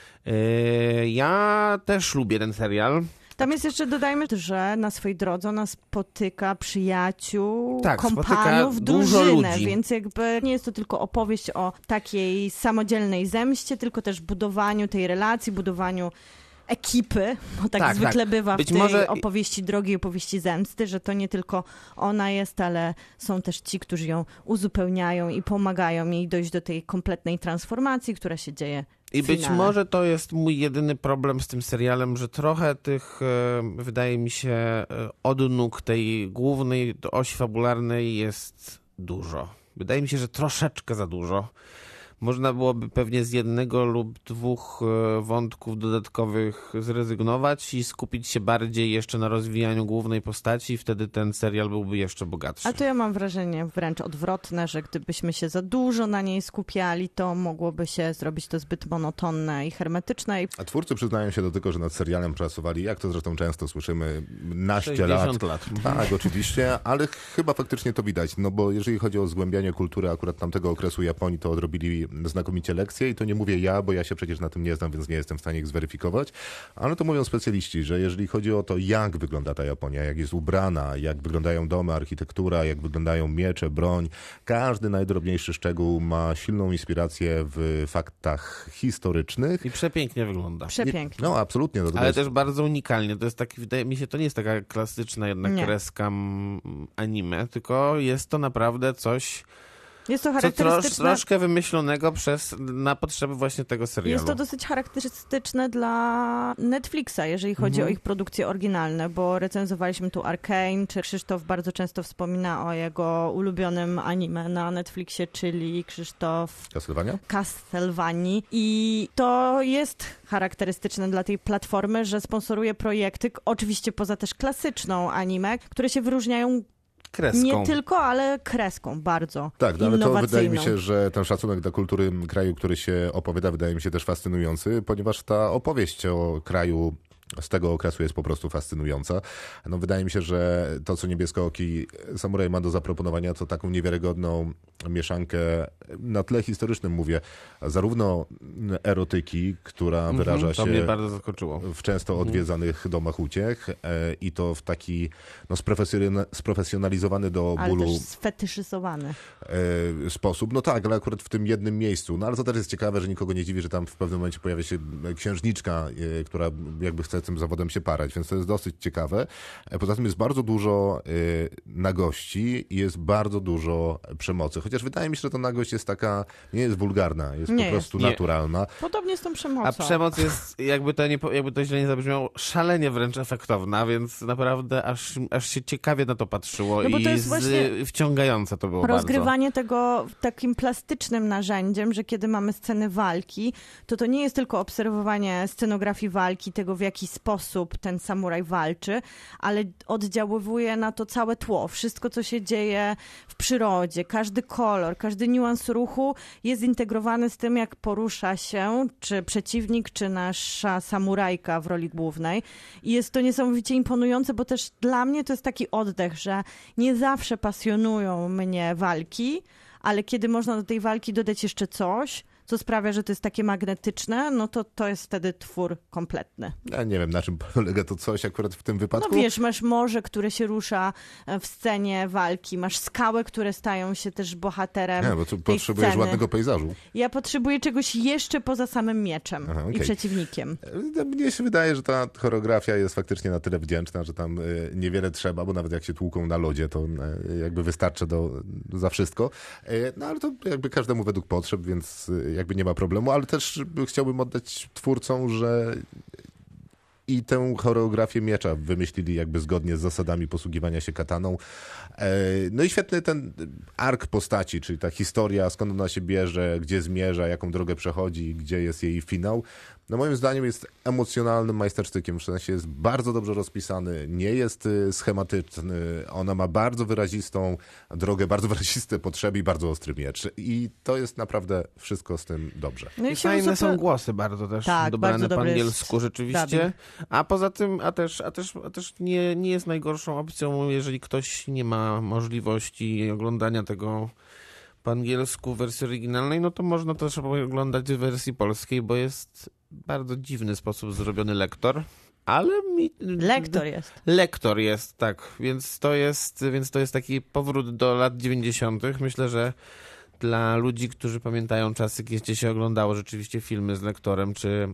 Yy, ja też lubię ten serial. Tam jest jeszcze, dodajmy, że na swojej drodze ona spotyka przyjaciół, Tak, kompanów, spotyka dużo drużynę, ludzi. więc jakby nie jest to tylko opowieść o takiej samodzielnej zemście, tylko też budowaniu tej relacji, budowaniu ekipy, bo tak, Tak, zwykle tak. bywa Być w tej może- opowieści drogi, opowieści zemsty, że to nie tylko ona jest, ale są też ci, którzy ją uzupełniają i pomagają jej dojść do tej kompletnej transformacji, która się dzieje w I być finale. może to jest mój jedyny problem z tym serialem, że trochę tych, e, wydaje mi się, e, odnóg tej głównej osi fabularnej jest dużo. Wydaje mi się, że troszeczkę za dużo. Można byłoby pewnie z jednego lub dwóch e, wątków dodatkowych zrezygnować i skupić się bardziej jeszcze na rozwijaniu głównej postaci i wtedy ten serial byłby jeszcze bogatszy. A to ja mam wrażenie wręcz odwrotne, że gdybyśmy się za dużo na niej skupiali, to mogłoby się zrobić to zbyt monotonne i hermetyczne. I A twórcy przyznają się do tego, że nad serialem pracowali, jak to zresztą często słyszymy, naście lat. sześćdziesiąt lat. Tak, oczywiście, ale chyba faktycznie to widać, no bo jeżeli chodzi o zgłębianie kultury akurat tamtego okresu Japonii, to odrobili znakomicie lekcje i to nie mówię ja, bo ja się przecież na tym nie znam, więc nie jestem w stanie ich zweryfikować, ale to mówią specjaliści, że jeżeli chodzi o to, jak wygląda ta Japonia, jak jest ubrana, jak wyglądają domy, architektura, jak wyglądają miecze, broń, każdy najdrobniejszy szczegół ma silną inspirację w faktach historycznych. I przepięknie wygląda. przepięknie. No absolutnie. No, to Ale jest... też bardzo unikalnie. To jest taki, wydaje mi się, to nie jest taka klasyczna jednak Nie. kreska mm, anime, tylko jest to naprawdę coś, Jest to co trosz, charakterystyczne. troszkę wymyślonego przez, na potrzeby właśnie tego serialu. Jest to dosyć charakterystyczne dla Netflixa, jeżeli chodzi Mhm. o ich produkcje oryginalne, bo recenzowaliśmy tu Arcane, czy Krzysztof bardzo często wspomina o jego ulubionym anime na Netflixie, czyli Krzysztof Castlevania? Castlevanii. I to jest charakterystyczne dla tej platformy, że sponsoruje projekty, k- oczywiście poza też klasyczną anime, które się wyróżniają Kreską. nie tylko, ale kreską bardzo Tak, no ale to innowacyjną. wydaje mi się, że ten szacunek dla kultury kraju, który się opowiada, wydaje mi się też fascynujący, ponieważ ta opowieść o kraju z tego okresu jest po prostu fascynująca. No, wydaje mi się, że to, co Niebieskooki Samuraj ma do zaproponowania, to taką niewiarygodną mieszankę na tle historycznym, mówię, zarówno erotyki, która Mhm, wyraża to mnie się bardzo zaskoczyło. w często odwiedzanych domach uciech e, i to w taki no, sprofesjona- sprofesjonalizowany do Ale bólu też sfetyszyzowany. e, sposób. No tak, ale akurat w tym jednym miejscu. No ale to też jest ciekawe, że nikogo nie dziwi, że tam w pewnym momencie pojawia się księżniczka, e, która jakby chce tym zawodem się parać, więc to jest dosyć ciekawe. E, poza tym jest bardzo dużo e, nagości i jest bardzo dużo przemocy. Chociaż chociaż wydaje mi się, że ta nagość jest taka, nie jest wulgarna, jest Nie po prostu jest. naturalna. Podobnie z tą przemocą. A przemoc jest, jakby to, nie, jakby to źle nie zabrzmiało, szalenie wręcz efektowna, więc naprawdę aż, aż się ciekawie na to patrzyło No bo i to jest z, właśnie wciągające to było rozgrywanie bardzo. tego takim plastycznym narzędziem, że kiedy mamy sceny walki, to to nie jest tylko obserwowanie scenografii walki, tego w jaki sposób ten samuraj walczy, ale oddziaływuje na to całe tło, wszystko co się dzieje w przyrodzie, każdy kolor, każdy niuans ruchu jest zintegrowany z tym, jak porusza się czy przeciwnik, czy nasza samurajka w roli głównej. I jest to niesamowicie imponujące, bo też dla mnie to jest taki oddech, że nie zawsze pasjonują mnie walki, ale kiedy można do tej walki dodać jeszcze coś, co sprawia, że to jest takie magnetyczne, no to to jest wtedy twór kompletny. Ja nie wiem, na czym polega to coś akurat w tym wypadku. No wiesz, masz morze, które się rusza w scenie walki, masz skałę, które stają się też bohaterem Nie, bo tu tej potrzebujesz sceny. ładnego pejzażu. Ja potrzebuję czegoś jeszcze poza samym mieczem Aha, i okej. przeciwnikiem. Mnie się wydaje, że ta choreografia jest faktycznie na tyle wdzięczna, że tam y, niewiele trzeba, bo nawet jak się tłuką na lodzie, to y, jakby wystarczy do, za wszystko. Y, no ale to jakby każdemu według potrzeb, więc y, jakby nie ma problemu, ale też chciałbym oddać twórcom, że i tę choreografię miecza wymyślili jakby zgodnie z zasadami posługiwania się kataną. No i świetny ten ark postaci, czyli ta historia, skąd ona się bierze, gdzie zmierza, jaką drogę przechodzi, gdzie jest jej finał. No moim zdaniem jest emocjonalnym majstersztykiem, w sensie jest bardzo dobrze rozpisany, nie jest schematyczny, ona ma bardzo wyrazistą drogę, bardzo wyraziste potrzeby i bardzo ostry miecz. I to jest naprawdę wszystko z tym dobrze. No I się fajne uzupra- są głosy bardzo też Tak, dobrane bardzo po dobry angielsku jest rzeczywiście. dubbing. A poza tym, a też, a też, a też nie, nie jest najgorszą opcją, jeżeli ktoś nie ma możliwości oglądania tego po angielsku w wersji oryginalnej, no to można też oglądać w wersji polskiej, bo jest bardzo dziwny sposób zrobiony lektor. Ale mi... Lektor jest. Lektor jest, tak. Więc to jest, więc to jest taki powrót do lat dziewięćdziesiątych. Myślę, że dla ludzi, którzy pamiętają czasy, gdzie się oglądało rzeczywiście filmy z lektorem, czy,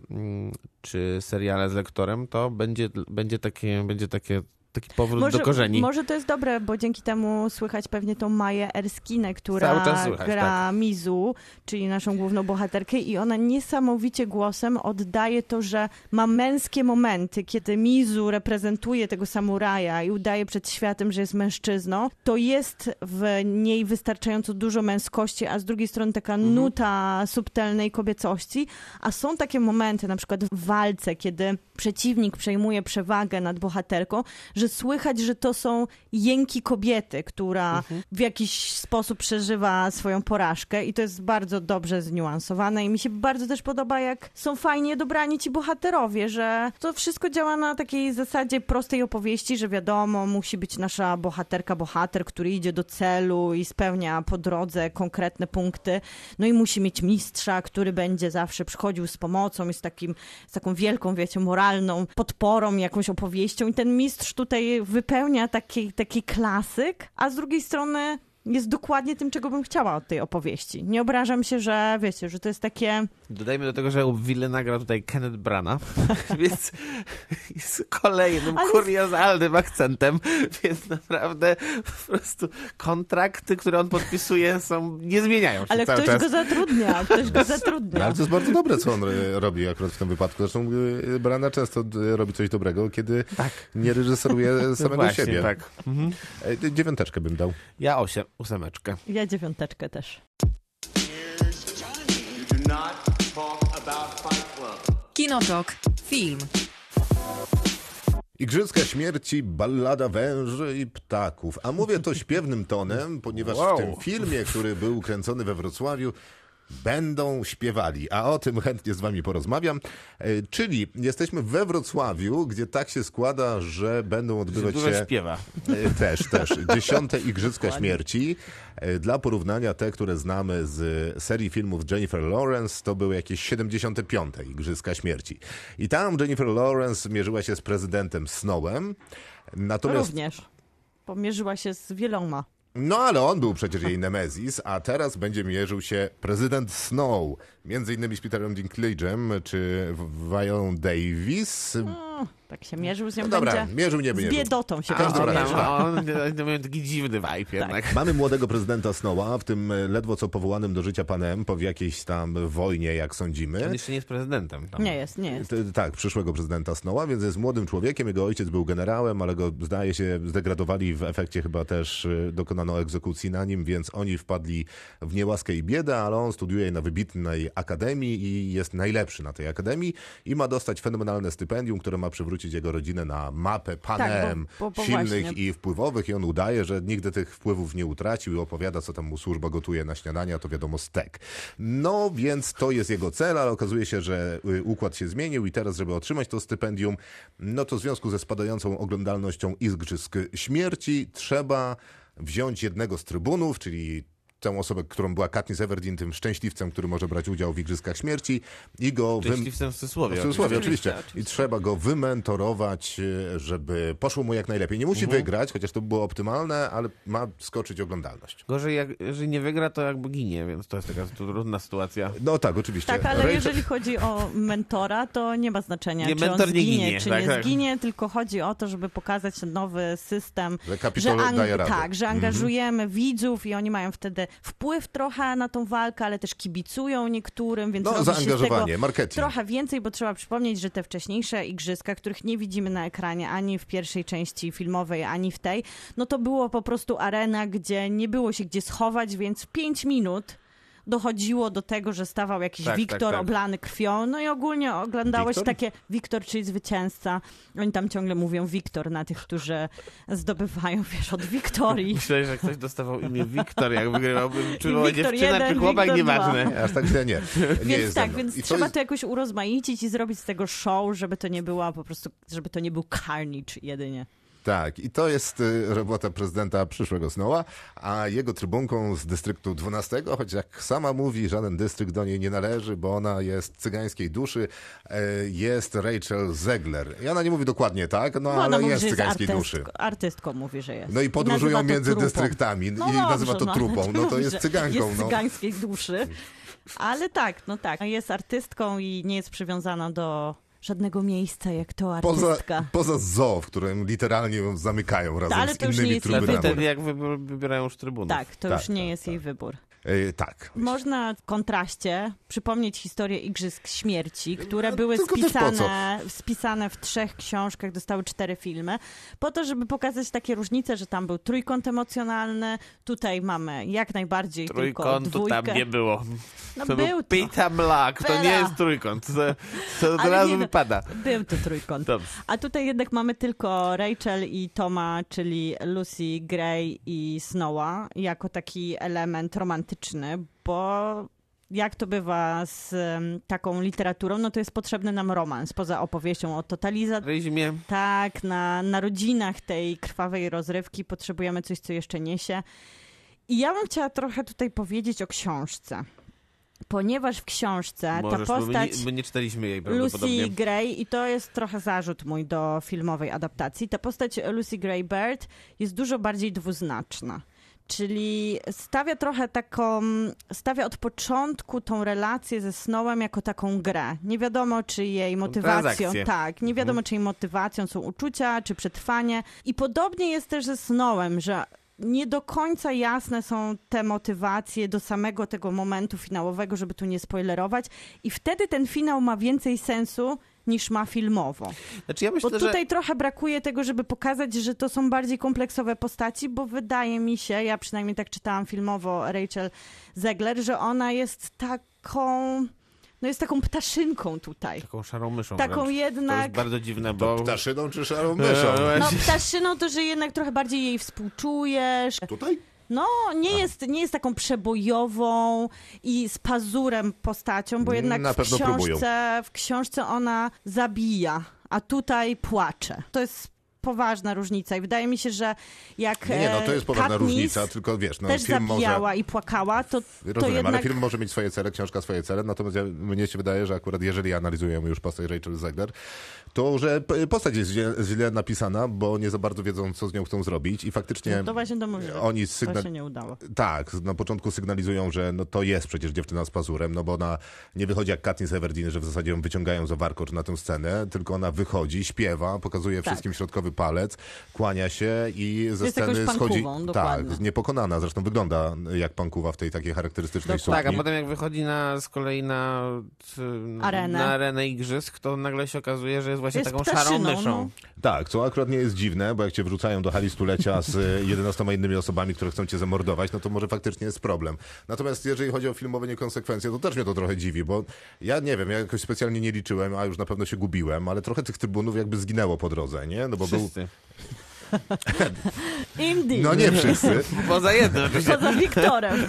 czy seriale z lektorem, to będzie, będzie takie, będzie takie taki powrót Może, do korzeni. może to jest dobre, bo dzięki temu słychać pewnie tą Maję Erskinę, która Cały czas słychać, gra tak. Mizu, czyli naszą główną bohaterkę i ona niesamowicie głosem oddaje to, że ma męskie momenty, kiedy Mizu reprezentuje tego samuraja i udaje przed światem, że jest mężczyzną, to jest w niej wystarczająco dużo męskości, a z drugiej strony taka Mhm. nuta subtelnej kobiecości, a są takie momenty, na przykład w walce, kiedy przeciwnik przejmuje przewagę nad bohaterką, że słychać, że to są jęki kobiety, która Mhm. w jakiś sposób przeżywa swoją porażkę i to jest bardzo dobrze zniuansowane i mi się bardzo też podoba, jak są fajnie dobrani ci bohaterowie, że to wszystko działa na takiej zasadzie prostej opowieści, że wiadomo, musi być nasza bohaterka, bohater, który idzie do celu i spełnia po drodze konkretne punkty, no i musi mieć mistrza, który będzie zawsze przychodził z pomocą i z, takim, z taką wielką, wiecie, moralną podporą, jakąś opowieścią i ten mistrz tutaj wypełnia taki, taki klasyk, a z drugiej strony jest dokładnie tym, czego bym chciała od tej opowieści. Nie obrażam się, że wiecie, że to jest takie... Dodajmy do tego, że Wille nagrał tutaj Kenneth Brana, więc jest kolejnym Ale- kuriozalnym akcentem, więc naprawdę po prostu kontrakty, które on podpisuje są, nie zmieniają się Ale cały ktoś czas. go zatrudnia, ktoś go No, zatrudnia. ale to jest bardzo dobre, co on y, robi akurat w tym wypadku. Zresztą y, Brana często y, robi coś dobrego, kiedy Tak. nie reżyseruje samego Właśnie, siebie. tak. Mhm. Y, Dziewiąteczkę bym dał. Ja osiem, ósemeczkę. Ja dziewiąteczkę też. You do not talk about Fight Club. Kinotok. Film. Igrzyska śmierci, ballada węży i ptaków. A mówię to śpiewnym tonem, ponieważ Wow. w tym filmie, który był kręcony we Wrocławiu, będą śpiewali, a o tym chętnie z wami porozmawiam. E, Czyli jesteśmy we Wrocławiu, gdzie tak się składa, że będą odbywać Dużo się... śpiewa. E, Też, też. Dziesiąte Igrzyska Śmierci. E, Dla porównania te, które znamy z serii filmów Jennifer Lawrence, to były jakieś siedemdziesiąte piąte Igrzyska Śmierci. I tam Jennifer Lawrence mierzyła się z prezydentem Snowem. Natomiast... Również. Pomierzyła się z wieloma. No ale on był przecież jej Nemezis, a teraz będzie mierzył się prezydent Snow, Między innymi z Peterem Dinklage'em czy Violą Davis. No, tak się mierzył z nią No dobra, będzie. mierzył, nie Z mierzył. biedotą się A, będzie dobra, mierzył. tak. On, on miał taki dziwny vibe jednak. Mamy młodego prezydenta Snowa, w tym ledwo co powołanym do życia panem po jakiejś tam wojnie, jak sądzimy. On jeszcze nie jest prezydentem. Tam. Nie jest, nie jest. T- Tak, przyszłego prezydenta Snowa, więc jest młodym człowiekiem. Jego ojciec był generałem, ale go, zdaje się, zdegradowali. W efekcie chyba też y, dokonano egzekucji na nim, więc oni wpadli w niełaskę i biedę, ale on studiuje na wybitnej akademii i jest najlepszy na tej akademii i ma dostać fenomenalne stypendium, które ma przywrócić jego rodzinę na mapę panem Tak, bo- bo- bo silnych właśnie. i wpływowych i on udaje, że nigdy tych wpływów nie utracił i opowiada, co tam mu służba gotuje na śniadania, to wiadomo stek. No więc to jest jego cel, ale okazuje się, że y, układ się zmienił i teraz, żeby otrzymać to stypendium, no to w związku ze spadającą oglądalnością Igrzysk Śmierci trzeba wziąć jednego z trybunów, czyli tę osobę, którą była Katniss Everdeen, tym szczęśliwcem, który może brać udział w Igrzyskach Śmierci i go... Czyli w cudzysłowie. W cudzysłowie, Oczywiście, oczywiście. oczywiście. I trzeba go wymentorować, y, żeby poszło mu jak najlepiej. Nie musi wygrać, chociaż to by było optymalne, ale ma skoczyć oglądalność. Gorzej, jak, jeżeli nie wygra, to jakby ginie, więc to jest taka trudna sytuacja. No tak, oczywiście. Tak, ale Rachel- jeżeli chodzi o mentora, to nie ma znaczenia, Nie, czy mentor on nie zginie, ginie, czy tak, nie tak. zginie, tylko chodzi o to, żeby pokazać ten nowy system, Że Kapitol daje radę. tak, że angażujemy widzów i oni mają wtedy wpływ trochę na tą walkę, ale też kibicują niektórym, więc No, robi się z zaangażowanie, tego marketing. trochę więcej, bo trzeba przypomnieć, że te wcześniejsze igrzyska, których nie widzimy na ekranie ani w pierwszej części filmowej, ani w tej, no to było po prostu arena, gdzie nie było się gdzie schować, więc w pięć minut dochodziło do tego, że stawał jakiś Tak, Wiktor tak, tak. oblany krwią, no i ogólnie oglądało się Wiktor? takie, Wiktor, czyli zwycięzca. Oni tam ciągle mówią Wiktor na tych, którzy zdobywają, wiesz, od Wiktorii. Myślę, że ktoś dostawał imię Wiktor, jak wygrywał, czy była Wiktor dziewczyna, jeden, czy chłopak, Wiktor nieważne. Aż tak źle nie. Nie Więc jest ze tak, mną. więc I to trzeba jest- to jakoś urozmaicić i zrobić z tego show, żeby to nie była po prostu, żeby to nie był carnage jedynie. Tak, i to jest y, robota prezydenta przyszłego Snowa, a jego trybunką z dystryktu dwunastego, choć jak sama mówi, żaden dystrykt do niej nie należy, bo ona jest cygańskiej duszy, y, jest Rachel Zegler. I ona nie mówi dokładnie tak, no, No, ale ona mówi, jest że jest cygańskiej artystko, duszy. artystką mówi, że jest. No i podróżują nazywa to między trupą. dystryktami No i nazywa to dobrze, trupą. ale No to mówi, jest że cyganką. Jest No. cygańskiej duszy. Ale tak, no tak. Jest artystką i nie jest przywiązana do żadnego miejsca, jak to Poza, artystka. poza zoo, w którym literalnie ją zamykają razem ale z to już nie innymi jest jej Nawet trybunami. wybór. wtedy, jak wybior- wybierają już trybunów. Tak, to Tak, już nie tak, jest tak. jej wybór. Y, tak. Można w kontraście przypomnieć historię Igrzysk Śmierci, które No, były tylko też po spisane, spisane w trzech książkach, dostały cztery filmy, po to, żeby pokazać takie różnice, że tam był trójkąt emocjonalny, tutaj mamy jak najbardziej tylko Trójkątu dwójkę. tam nie było. No To był był to. Peter Black, to nie Bela. jest trójkąt. To, to od Ale razu nie no, wypada. Był to trójkąt. Dobrze. A tutaj jednak mamy tylko Rachel i Toma, czyli Lucy Gray i Snowa, jako taki element romantyczny, bo jak to bywa z em, taką literaturą, no to jest potrzebny nam romans, poza opowieścią o totalizacji. Reizmie. Tak, na narodzinach tej krwawej rozrywki potrzebujemy coś, co jeszcze niesie. I ja bym chciała trochę tutaj powiedzieć o książce. Ponieważ w książce Możesz, ta bo my postać nie, my nie czytaliśmy jej prawdopodobnie. Lucy Gray, i to jest trochę zarzut mój do filmowej adaptacji, ta postać Lucy Gray Baird jest dużo bardziej dwuznaczna. Czyli stawia trochę taką, stawia od początku tą relację ze Snowem jako taką grę. Nie wiadomo, czy jej motywacją, transakcje. tak, nie wiadomo, Mhm. czy jej motywacją są uczucia, czy przetrwanie. I podobnie jest też ze Snowem, że nie do końca jasne są te motywacje do samego tego momentu finałowego, żeby tu nie spoilerować. I wtedy ten finał ma więcej sensu niż ma filmowo. Znaczy ja myślę, Bo że... tutaj trochę brakuje tego, żeby pokazać, że to są bardziej kompleksowe postaci, bo wydaje mi się, ja przynajmniej tak czytałam filmowo Rachel Zegler, że ona jest taką, no jest taką ptaszynką tutaj. Taką szarą myszą Taką wręcz. To jednak... jest bardzo dziwne, To bo... ptaszyną czy szarą myszą? Eee, No ptaszyną to, że jednak trochę bardziej jej współczujesz. Tutaj? No, nie jest, nie jest taką przebojową i z pazurem postacią, bo jednak Na w pewno próbują. książce, w książce ona zabija, a tutaj płacze. To jest poważna różnica i wydaje mi się, że jak Nie, nie, no to jest poważna Katniss różnica, tylko wiesz, no też film może... zabijała i płakała, to, to Rozumiem, jednak... ale film może mieć swoje cele, książka swoje cele, natomiast ja, mnie się wydaje, że akurat jeżeli analizujemy już postać Rachel Zegler, to że p- postać jest źle, źle napisana, bo nie za bardzo wiedzą, co z nią chcą zrobić i faktycznie No to właśnie to mówię, że oni to sygna... się nie udało. Tak, na początku sygnalizują, że no to jest przecież dziewczyna z pazurem, no bo ona nie wychodzi jak Katniss Everdeen, że w zasadzie ją wyciągają za warkocz na tę scenę, tylko ona wychodzi, śpiewa, pokazuje Tak. wszystkim środkowy palec, kłania się i ze Jest sceny jakąś schodzi... pankową, Tak, dokładnie. niepokonana, zresztą wygląda jak pankuwa w tej takiej charakterystycznej Dokładnie. sukni. Tak, a potem jak wychodzi na, z kolei na, y, Arenę. na arenę igrzysk, to nagle się okazuje, że jest właśnie Jest taką ptaszyną, szarą myszą. no. Tak, co akurat nie jest dziwne, bo jak cię wrzucają do hali stulecia z y, jedenastoma innymi osobami, które chcą cię zamordować, no to może faktycznie jest problem. Natomiast jeżeli chodzi o filmowe niekonsekwencje, to też mnie to trochę dziwi, bo ja nie wiem, ja jakoś specjalnie nie liczyłem, a już na pewno się gubiłem, ale trochę tych trybunów jakby zginęło po drodze, nie? No bo był... Wszyscy. Indeed. No nie wszyscy, Poza jednym oczywiście. Poza Wiktorem.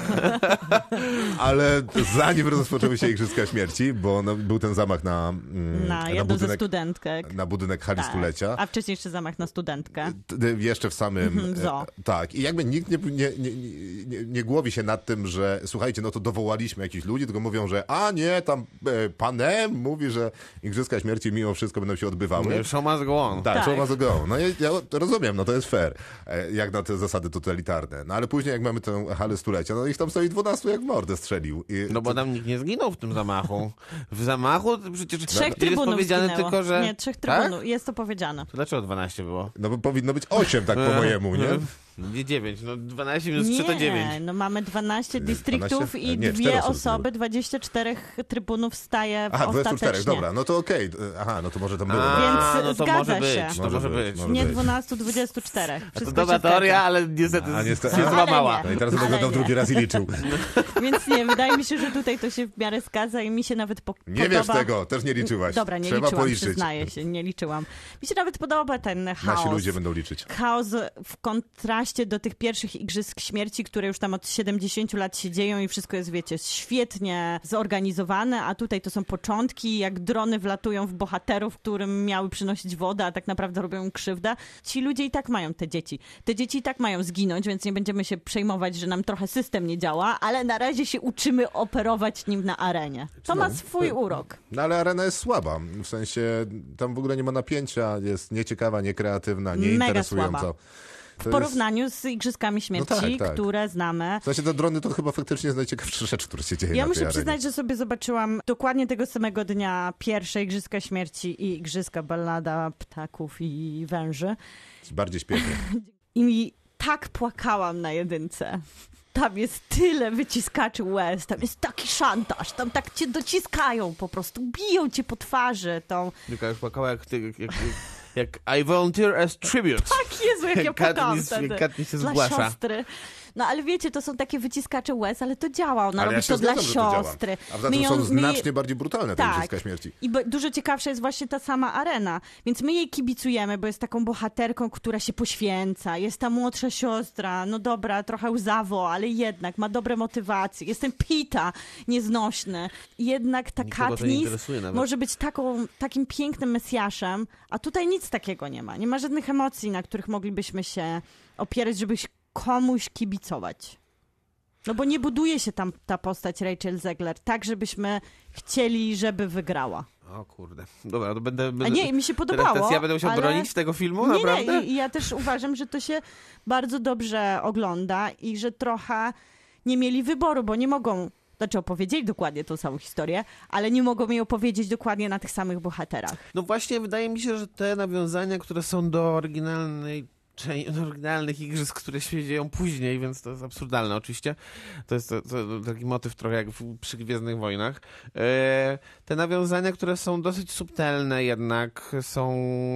ale zanim rozpoczęły się Igrzyska Śmierci, bo no, był ten zamach na, mm, Na na, jedną ze budynek, studentek. na budynek hali Tak. stulecia. A wcześniej jeszcze zamach na studentkę. T- Jeszcze w samym... Mhm, zoo. e, Tak. I jakby nikt nie, nie, nie, nie, nie głowi się nad tym, że słuchajcie, no to dowołaliśmy jakichś ludzi, tylko mówią, że a nie, tam e, panem mówi, że Igrzyska Śmierci mimo wszystko będą się odbywały. Show must go on. Tak, Tak. show must go. No ja, ja rozumiem, no to jest fair, e, jak na te zasady totalitarne. No ale później jak mamy tę halę stulecia, no ich tam stoi dwunastu jak w mordę strzelił. I, No bo tam nikt nie zginął w tym zamachu. W zamachu to przecież Trzech jest trybunów powiedziane zginęło. tylko, że... Nie, trzech Tak? trybunów. Jest to powiedziane. To dlaczego dwanaście było? No bo powinno być osiem, tak po mojemu, nie? Nie dziewięć, no dwanaście minus trzy to Nie, dziewięć. no mamy dwanaście dystryktów dwanaście? i Nie, dwie cztery osoby osoby, dwadzieścia cztery trybunów staje Aha, dwadzieścia cztery, ostatecznie. dobra, no to okej. Aha, no to może tam było. A, Więc no to zgadza może być, się. to Może może być, być. może Nie być. dwanaście, dwadzieścia cztery. To Wszystko dobra się teoria, zgadza. ale niestety A, niestety. się Ale złamała. nie. No i teraz będę Ale oglądał nie. drugi raz i liczył. Więc nie, wydaje mi się, że tutaj to się w miarę zgadza i mi się nawet po- Nie podoba... wiesz tego, też nie liczyłaś. Dobra, nie Trzeba liczyłam, policzyć. przyznaję się, nie liczyłam. Mi się nawet podoba ten chaos. Nasi ludzie będą liczyć. Chaos w kontraście do tych pierwszych Igrzysk Śmierci, które już tam od siedemdziesięciu lat się dzieją i wszystko jest, wiecie, świetnie zorganizowane, a tutaj to są początki, jak drony wlatują w bohaterów, którym miały przynosić wodę, a tak naprawdę robią im krzywdę. Ci ludzie i tak mają te dzieci. Te dzieci i tak mają zginąć, więc nie będziemy się przejmować, że nam trochę system nie działa, ale na razie się uczymy operować nim na arenie. To ma No, swój to- urok. No ale arena jest słaba. W sensie tam w ogóle nie ma napięcia, jest nieciekawa, niekreatywna, Mega nieinteresująca. słaba. To W jest- porównaniu z Igrzyskami Śmierci, tak, tak. które znamy. W sensie te drony to chyba faktycznie jest najciekawsza rzecz, która się dzieje Ja na muszę tej arenie. przyznać, że sobie zobaczyłam dokładnie tego samego dnia pierwsze Igrzyska Śmierci i Igrzyska Ballada Ptaków i Węży. Bardziej śpiewnie. I mi tak płakałam na jedynce. Tam jest tyle wyciskaczy łez, tam jest taki szantaż, tam tak cię dociskają po prostu, biją cię po twarzy tą... Tylko już płakała jak, ty, jak, jak, jak I volunteer as tribute. Tak, Jezu, jak ja płakałam Katniss, wtedy. jak Katniss się Dla zgłasza. siostry. No ale wiecie, to są takie wyciskacze łez, ale to działa, ona Ale robi ja się to dla zgadzam, że to działa. siostry. A poza My tym ją- są my- znacznie bardziej brutalne te Tak. Igrzyska Śmierci. I bo, dużo ciekawsza jest właśnie ta sama arena. Więc my jej kibicujemy, bo jest taką bohaterką, która się poświęca. Jest ta młodsza siostra, no dobra, trochę łzawo, ale jednak ma dobre motywacje. Jest ten Pita nieznośny. Jednak ta Nikogo to nie Katniss interesuje nawet. może być taką, takim pięknym mesjaszem, a tutaj nic takiego nie ma. Nie ma żadnych emocji, na których moglibyśmy się opierać, żeby komuś kibicować. No bo nie buduje się tam ta postać Rachel Zegler tak, żebyśmy chcieli, żeby wygrała. O kurde. Dobra, to będę... A będę nie, mi się podobało. Teraz ja będę musiał ale... bronić tego filmu, nie, naprawdę? Nie, i, i ja też uważam, że to się bardzo dobrze ogląda i że trochę nie mieli wyboru, bo nie mogą, znaczy opowiedzieli dokładnie tą samą historię, ale nie mogą jej opowiedzieć dokładnie na tych samych bohaterach. No właśnie, wydaje mi się, że te nawiązania, które są do oryginalnej części, do oryginalnych igrzysk, które się dzieją później, więc to jest absurdalne oczywiście. To jest to, to taki motyw trochę jak w, przy Gwiezdnych Wojnach. E, te nawiązania, które są dosyć subtelne jednak, są,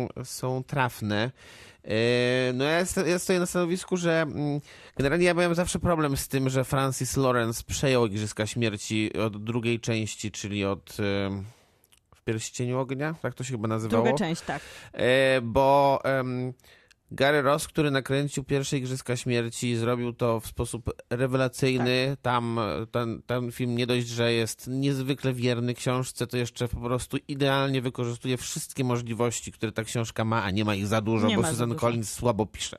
są trafne. E, no ja, jest, ja stoję na stanowisku, że mm, generalnie ja miałem zawsze problem z tym, że Francis Lawrence przejął Igrzyska Śmierci od drugiej części, czyli od... E, W Pierścieniu Ognia, tak to się chyba nazywało. Druga część, tak. E, bo em, Gary Ross, który nakręcił pierwsze Igrzyska Śmierci, zrobił to w sposób rewelacyjny. Tak. Tam ten, ten film nie dość, że jest niezwykle wierny książce, to jeszcze po prostu idealnie wykorzystuje wszystkie możliwości, które ta książka ma, a nie ma ich za dużo, Nie bo ma za Susan dużo. Collins słabo pisze.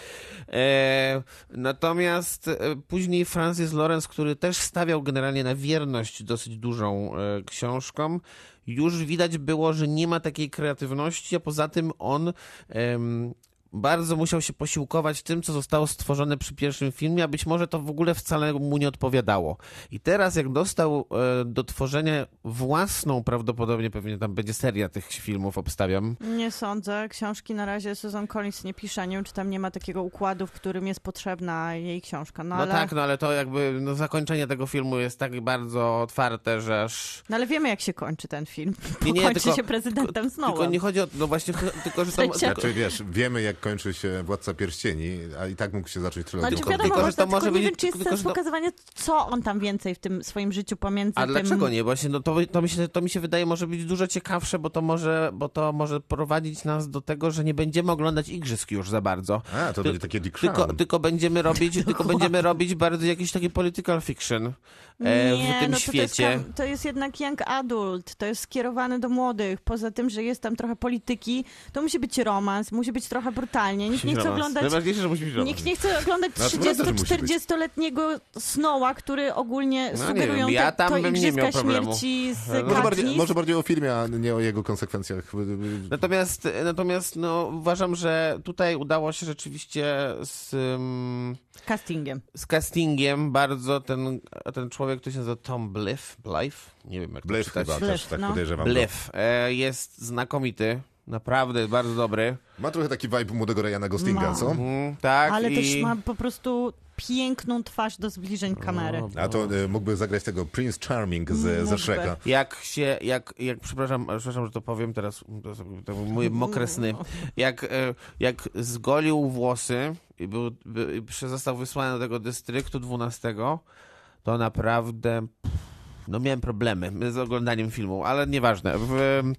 E, natomiast e, później Francis Lawrence, który też stawiał generalnie na wierność dosyć dużą e, książkom, już widać było, że nie ma takiej kreatywności, a poza tym on em, bardzo musiał się posiłkować tym, co zostało stworzone przy pierwszym filmie, a być może to w ogóle wcale mu nie odpowiadało. I teraz jak dostał e, do tworzenia własną, prawdopodobnie pewnie tam będzie seria tych filmów, obstawiam. Nie sądzę. Książki na razie Susan Collins nie pisze. Nie wiem, czy tam nie ma takiego układu, w którym jest potrzebna jej książka. No, No ale... tak, no ale to jakby no, zakończenie tego filmu jest tak bardzo otwarte, że aż... No ale wiemy, jak się kończy ten film. Nie, nie, kończy tylko- się prezydentem Snowem. Tylko nie chodzi o... No właśnie, tylko że to... Sensie- Tylko, Znaczy, wiesz, wiemy jak kończy się Władca Pierścieni, a i tak mógł się zacząć trylogią. Znaczy, Tylko- wiadomo, tylko, że może, to tylko może nie być- wiem, czy jest tylko, sens że to- pokazywania, co on tam więcej w tym swoim życiu pomiędzy A tym... dlaczego nie? Właśnie no to, to, mi się, to mi się wydaje może być dużo ciekawsze, bo to może, bo to może prowadzić nas do tego, że nie będziemy oglądać igrzysk już za bardzo. A, to Ty- będzie takie Dick Tylko, Crown. tylko będziemy robić, tylko będziemy robić bardzo jakiś taki political fiction e, Nie, w tym no to, to, jest, świecie. kam- to jest jednak young adult, to jest skierowane do młodych. Poza tym, że jest tam trochę polityki, to musi być romans, musi być trochę brutalnie. Nikt nie chce Romans. oglądać... Najważniejsze, że musi być romans. Nikt nie chce oglądać No, to prawda, że musi być. trzydziesto-czterdziestoletniego Snowa, który ogólnie No, nie sugerują wiem, ja te, tam to bym nie igrzyska miał problemu. śmierci z No, Może Katniss. bardziej, może bardziej o filmie, a nie o jego konsekwencjach. Natomiast, natomiast no, uważam, że tutaj udało się rzeczywiście z, um, Castingiem. z castingiem bardzo ten, ten człowiek, który się nazywa Tom Bliff, Bliff? Nie wiem jak to Bliff czytać. chyba Bliff, też tak no. podejrzewam. go. Bliff e, jest znakomity, naprawdę bardzo dobry. Ma trochę taki vibe młodego Ryana Goslinga, Ma. co? Mm, tak, Ale i... też ma po prostu piękną twarz do zbliżeń kamery. A to y, mógłby zagrać tego Prince Charming z, ze Mógłby. Shreka. Jak się, jak, jak przepraszam, przepraszam, że to powiem teraz, to są- to były moje mokre sny. Jak, e, jak zgolił włosy i był, by, i został wysłany do tego dystryktu dwunastego, to naprawdę pff, no miałem problemy z oglądaniem filmu, ale nieważne. W,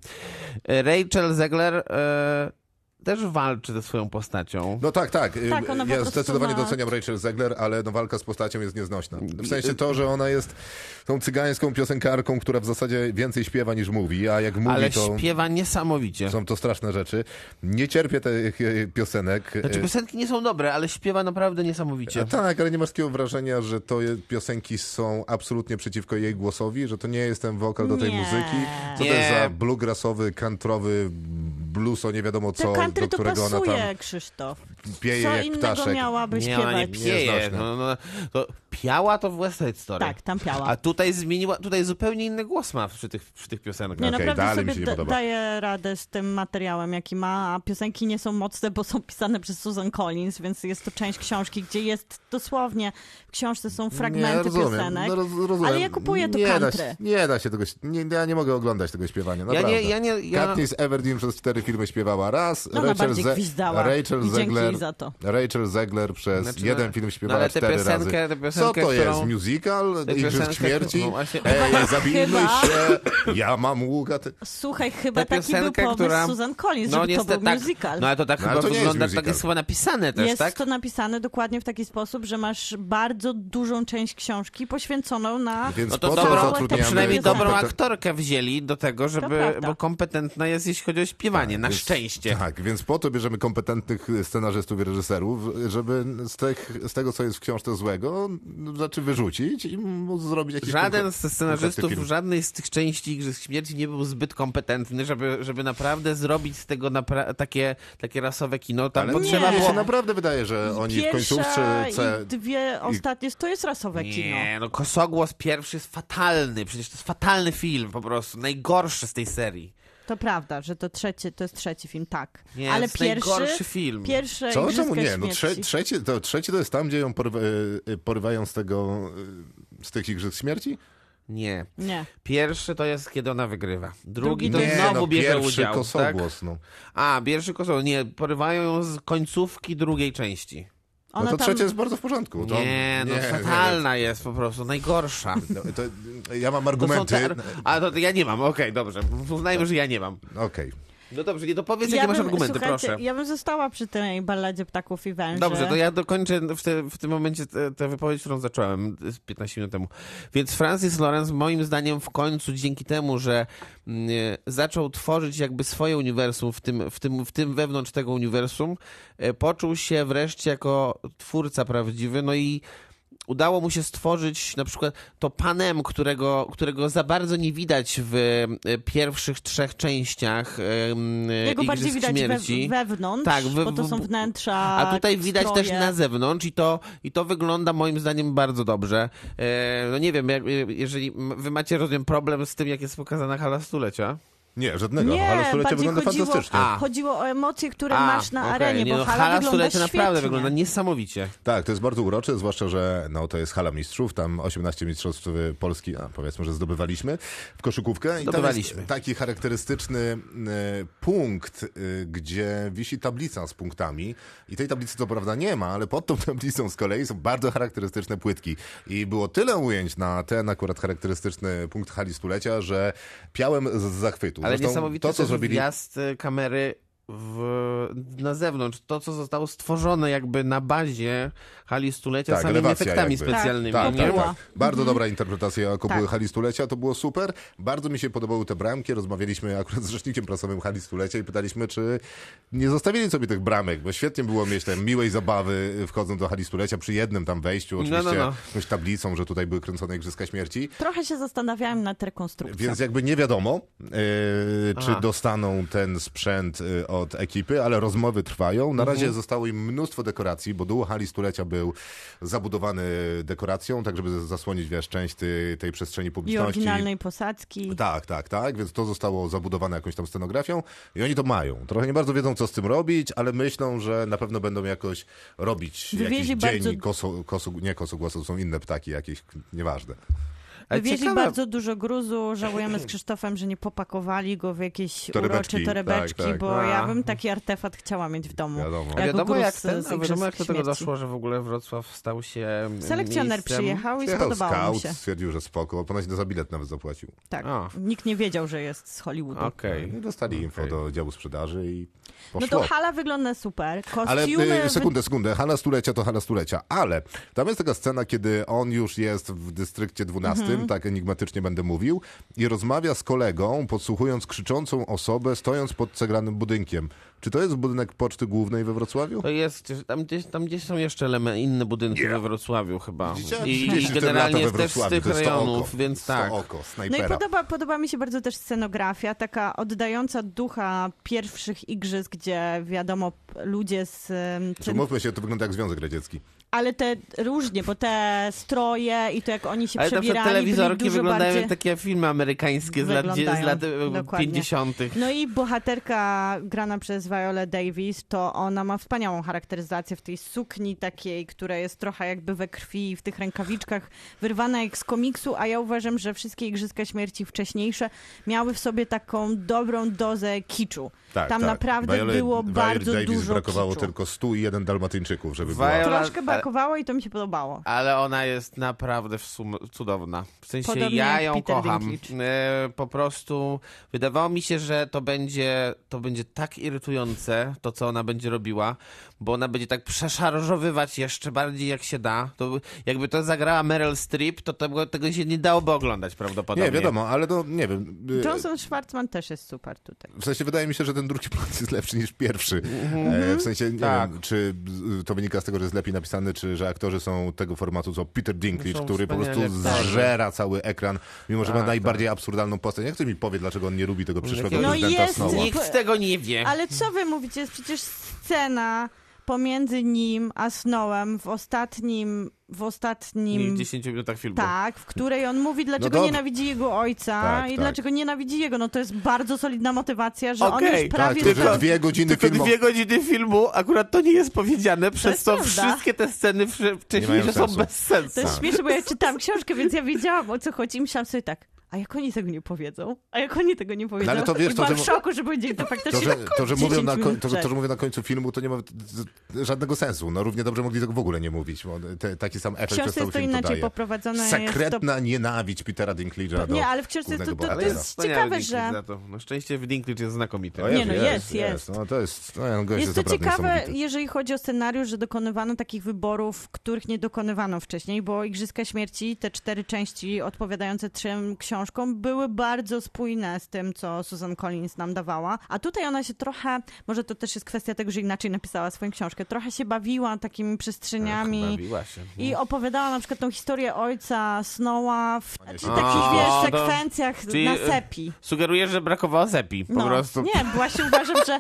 e, Rachel Zegler e, też walczy ze swoją postacią. No tak, tak. Y, Tak, ona po ja prostu zdecydowanie ma- doceniam Rachel Zegler, ale no, walka z postacią jest nieznośna. W sensie to, że ona jest tą cygańską piosenkarką, która w zasadzie więcej śpiewa niż mówi, a jak mówi, Ale to śpiewa niesamowicie. są to straszne rzeczy. Nie cierpię tych y, piosenek. Znaczy Y, piosenki nie są dobre, ale śpiewa naprawdę niesamowicie. A tak, ale nie masz takiego wrażenia, że to je, piosenki są absolutnie przeciwko jej głosowi, że to nie jest ten wokal do tej Nie. muzyki. Co to Nie. jest za bluegrassowy, countrywy blues o nie wiadomo To co, country do to którego ona pasuje, tam Krzysztof. pieje Co jak innego ptaszek. miałaby Nie, ona nie śpiewać? pieje. Nieznośne. No, no, to piała to w West Side Story. Tak, tam piała. A tutaj zmieniła, tutaj zupełnie inny głos ma przy tych, przy tych piosenkach. Nie, Okej, naprawdę dalej mi sobie się nie da- podoba. daje radę z tym materiałem, jaki ma, a piosenki nie są mocne, bo są pisane przez Susan Collins, więc jest to część książki, gdzie jest dosłownie, w książce są fragmenty nie, rozumiem, piosenek. No, roz, rozumiem. Ale ja kupuję to nie Da country. się, nie da się tego, nie, ja nie mogę oglądać tego śpiewania, Ja naprawdę. nie, ja nie, ja... Katniss Everdeen przez cztery filmy śpiewała raz, Ona Rachel, bardziej Ze- gwizdała. Rachel I dzięki Zegler, jej za to. Rachel Zegler przez Znaczy, jeden no, film no, śpiewała ale tę cztery piosenkę- razy. tę Co piosenkę, to jest? którą- Musical? tę Igrzysk piosenkę, śmierci? no właśnie- Ej, zabijmy Chyba- się! Ja mam łuka. Ty... Słuchaj, chyba Tę taki był piosenkę, pomysł która- Susan Collins, No żeby to niestety był tak. musical. No ale to tak No, ale chyba to nie jest wygląda, musical. tak jest chyba napisane też, Jest tak? to napisane dokładnie w taki sposób, że masz bardzo dużą część książki poświęconą na... Więc No to, po co dobrą, to zatrudniamy przynajmniej dobrą kompeten- aktorkę wzięli do tego, żeby, prawda. bo kompetentna jest, jeśli chodzi o śpiewanie, na Więc- szczęście. Tak, więc po to bierzemy kompetentnych scenarzystów i reżyserów, żeby z, tych, z tego, co jest w książce złego, rzeczy wyrzucić i móc zrobić jakiś Żaden kompe- ze scenarzystów kompletny film. żadnej z tych części Igrzysk Śmierci nie był zbyt kompetentny, żeby, żeby naprawdę zrobić z tego napra- takie, takie rasowe kino. Tam Ale potrzeba nie, było... się naprawdę wydaje, że oni w Pierwsza końcówce... i dwie ostatnie, to jest rasowe kino. Nie, no Kosogłos pierwszy jest fatalny, przecież to jest fatalny film po prostu, najgorszy z tej serii. To prawda, że to trzeci, to jest trzeci film, tak. Nie, Ale to jest pierwszy, najgorszy film. pierwsze Co? Igrzyska Czemu nie? No Śmierci. trze, trzeci, to, trzeci to jest tam, gdzie ją porywa, y, porywają z tego, y, z tych Igrzysk Śmierci? Nie. Nie. Pierwszy to jest, kiedy ona wygrywa. Drugi, Drugi to nie, znowu no, bierze pierwszy udział. Kosogłos, Tak? no. A, pierwszy kosogłos. Nie, porywają ją z końcówki drugiej części. No Ona to tam... trzecie jest bardzo w porządku. To, Nie, no fatalna jest po prostu, najgorsza. No, to, ja mam To są argumenty. te, a to ja nie mam, okej, dobrze. Uznajmy, że ja nie mam. Okej. No dobrze, nie dopowiedz, Ja jakie masz bym- argumenty, słuchajcie, proszę. Ja bym została przy tej balladzie Ptaków i Węży. Dobrze, to ja dokończę w, te, w tym momencie tę te wypowiedź, którą zacząłem z piętnaście minut temu. Więc Francis Lawrence moim zdaniem w końcu dzięki temu, że mm, zaczął tworzyć jakby swoje uniwersum w tym, w tym, w tym wewnątrz tego uniwersum, e, poczuł się wreszcie jako twórca prawdziwy, no i udało mu się stworzyć na przykład to Panem, którego, którego za bardzo nie widać w e, pierwszych trzech częściach e, Jego bardziej Igrzysk widać we, Śmierci. wewnątrz, Tak, we- bo to są w- wnętrza, A tutaj widać stroje. też na zewnątrz i to, i to wygląda moim zdaniem bardzo dobrze. E, no nie wiem, jak, jeżeli m- wy macie, rozumiem, problem z tym, jak jest pokazana hala stulecia. Nie, żadnego. Nie, Halo Stulecia bardziej wygląda chodziło, fantastycznie. A. chodziło o emocje, które A, masz na okej, arenie, nie, bo no, hala, hala wygląda stulecia naprawdę świetnie. wygląda niesamowicie. Tak, to jest bardzo urocze, zwłaszcza, że no, to jest hala mistrzów, tam osiemnaście mistrzostw Polski, a powiedzmy, że zdobywaliśmy w koszykówkę. I tam Zdobywaliśmy. jest taki charakterystyczny y, punkt, y, gdzie wisi tablica z punktami i tej tablicy co prawda nie ma, ale pod tą tablicą z kolei są bardzo charakterystyczne płytki. I było tyle ujęć na ten akurat charakterystyczny punkt hali stulecia, że piałem z zachwytu. Ale Zresztą niesamowite to, co też zrobili... wjazd y, kamery w, na zewnątrz. To, co zostało stworzone jakby na bazie hali stulecia Tak, samymi elewacja efektami jakby. specjalnymi. Tak, nie? tak, Była. tak. Bardzo dobra interpretacja kopuły Tak. hali stulecia, to było super. Bardzo mi się podobały te bramki. Rozmawialiśmy akurat z rzecznikiem prasowym hali stulecia i pytaliśmy, czy nie zostawili sobie tych bramek, bo świetnie było mieć te miłej zabawy wchodząc do hali stulecia przy jednym tam wejściu, oczywiście No, no, no. jakąś tablicą, że tutaj były kręcone Igrzyska Śmierci. Trochę się zastanawiałem nad rekonstrukcją. Więc jakby nie wiadomo, e, czy Aha. dostaną ten sprzęt e, od ekipy, ale rozmowy trwają. Na razie zostało im mnóstwo dekoracji, bo dół hali stulecia był zabudowany dekoracją, tak żeby zasłonić, wiesz, część tej, tej przestrzeni I publiczności. oryginalnej posadzki. Tak, tak, tak, więc to zostało zabudowane jakąś tam scenografią i oni to mają. Trochę nie bardzo wiedzą, co z tym robić, ale myślą, że na pewno będą jakoś robić Wywieźli jakiś dzień, bardzo- koso, kosu, nie kosogłosu, to są inne ptaki jakieś, nieważne. Ale Wywieźli ciekawe- bardzo dużo gruzu, żałujemy z Krzysztofem, że nie popakowali go w jakieś Torebeczki, urocze torebeczki, tak, tak. bo A. ja bym taki artefakt chciała mieć w domu. Wiadomo. A Jako wiadomo, gruz jak, z- ten, z a wiadomo, jak do Igrzysk tego Śmierci. doszło, że w ogóle Wrocław stał się Selekcjoner miejscem... przyjechał i Przyjechał spodobało mu scout, się. stwierdził, że spoko, ponoć za bilet nawet zapłacił. Tak. A. Nikt nie wiedział, że jest z Hollywoodu. Okej. No i dostali info Okej. do działu sprzedaży i No poszło. to hala wygląda super. Ale Kostiumy... y, sekundę, sekundę, hala stulecia to hala stulecia, ale tam jest taka scena, kiedy on już jest w dystrykcie dwunastym, Mhm. tak enigmatycznie będę mówił, i rozmawia z kolegą, podsłuchując krzyczącą osobę, stojąc pod cegranym budynkiem. Czy to jest budynek Poczty Głównej we Wrocławiu? To jest, tam gdzieś, tam gdzieś są jeszcze eleme, inne budynki we Wrocławiu chyba. Widzicie? I, trzydzieści i cztery generalnie lata jest we też z Wrocławiu, tych to jest to rejonów, oko, więc to tak. oko, No i snajpera. podoba, podoba mi się bardzo też scenografia, taka oddająca ducha pierwszych igrzysk, gdzie wiadomo, p- ludzie z... em, Czy tym- mówmy się, to wygląda jak Związek Radziecki. Ale te różnie, bo te stroje i to jak oni się Ale na przebierali, przykład telewizorki byli dużo wyglądają bardziej... jak takie filmy amerykańskie z lat, dzie- z Wyglądają, lat e, dokładnie. pięćdziesiątych. No i bohaterka grana przez Viola Davis, to ona ma wspaniałą charakteryzację w tej sukni takiej, która jest trochę jakby we krwi i w tych rękawiczkach wyrwana jak z komiksu, a ja uważam, że wszystkie Igrzyska Śmierci wcześniejsze miały w sobie taką dobrą dozę kiczu. Tak, Tam tak. naprawdę Viola- było Viola bardzo Davis dużo brakowało kiczu. tylko stu jeden Dalmatyńczyków, żeby Viola- była... Troszkę brakowało i to mi się podobało. Ale ona jest naprawdę w sum cudowna. W sensie Podobnie ja jak ją Peter kocham. Dinklage. E, po prostu wydawało mi się, że to będzie, to będzie tak irytujące, to co ona będzie robiła, bo ona będzie tak przeszarżowywać jeszcze bardziej jak się da. To jakby to zagrała Meryl Streep, to tego, tego się nie dałoby oglądać prawdopodobnie. Nie, wiadomo, ale to nie wiem. y, Johnson Schwartzman też jest super tutaj. W sensie wydaje mi się, że ten drugi plan jest lepszy niż pierwszy. E, w sensie nie Tak. wiem, czy y, to wynika z tego, że jest lepiej napisany, czy że aktorzy są tego formatu co Peter Dinklage, Są który po prostu wspaniali aktorzy. zżera cały ekran, mimo że ma Tak, najbardziej absurdalną postać. Jak ktoś mi powie, dlaczego on nie lubi tego przyszłego No prezydenta jest- Snowa? Nikt tego nie wie. Ale co wy mówicie? Jest przecież scena pomiędzy nim a Snowem w ostatnim... W ostatnim... W dziesięciu minutach filmu. Tak, w której on mówi, dlaczego dobrze. nienawidzi jego ojca Tak, i tak. dlaczego nienawidzi jego. No to jest bardzo solidna motywacja, że on Okej, już prawie... Tak, to, że- że dwie godziny Tylko filmu... dwie godziny filmu, akurat to nie jest powiedziane, przez jest co prawda. wszystkie te sceny wcześniejsze mają są sensu. bez sensu. To jest śmieszne, bo ja czytałam książkę, więc ja wiedziałam, o co chodzi i myślałam sobie tak, a jak oni tego nie powiedzą? A jak oni tego nie powiedzą? No, ale to wiesz, I to, byłam że- w szoku, że powiedzieli to faktycznie To, że, to, że mówią dziesięć na, minut koń, to, przed. to, że mówią na końcu filmu, to nie ma żadnego sensu. No równie dobrze mogli tego w ogóle nie mówić, bo te, taki sam W efekt przez książce cały jest to film inaczej daje. poprowadzone. Sekretna nienawiść Petera Dinklage'a do Nie, ale w książce jest to, głównego to, to bohatera. jest Wspaniały ciekawe, Dinklage że... za to. No szczęście w Dinklage jest znakomity. O, Nie, no jest, jest. No, to jest, no, gość Jest to naprawdę ciekawe, niesamowity. jeżeli chodzi o scenariusz, że dokonywano takich wyborów, których nie dokonywano wcześniej, bo Igrzyska Śmierci, te cztery części odpowiadające trzem książkom, były bardzo spójne z tym, co Susan Collins nam dawała. A tutaj ona się trochę, może to też jest kwestia tego, że inaczej napisała swoją książkę, trochę się bawiła takimi przestrzeniami. Bawiła się. I opowiadała na przykład tą historię ojca Snowa w A, nie, w się- takich, A, wiesz, to- sekwencjach czyli, na e, sepi. Sugerujesz, że brakowało sepi. Po No, prostu. nie, właśnie uważam, że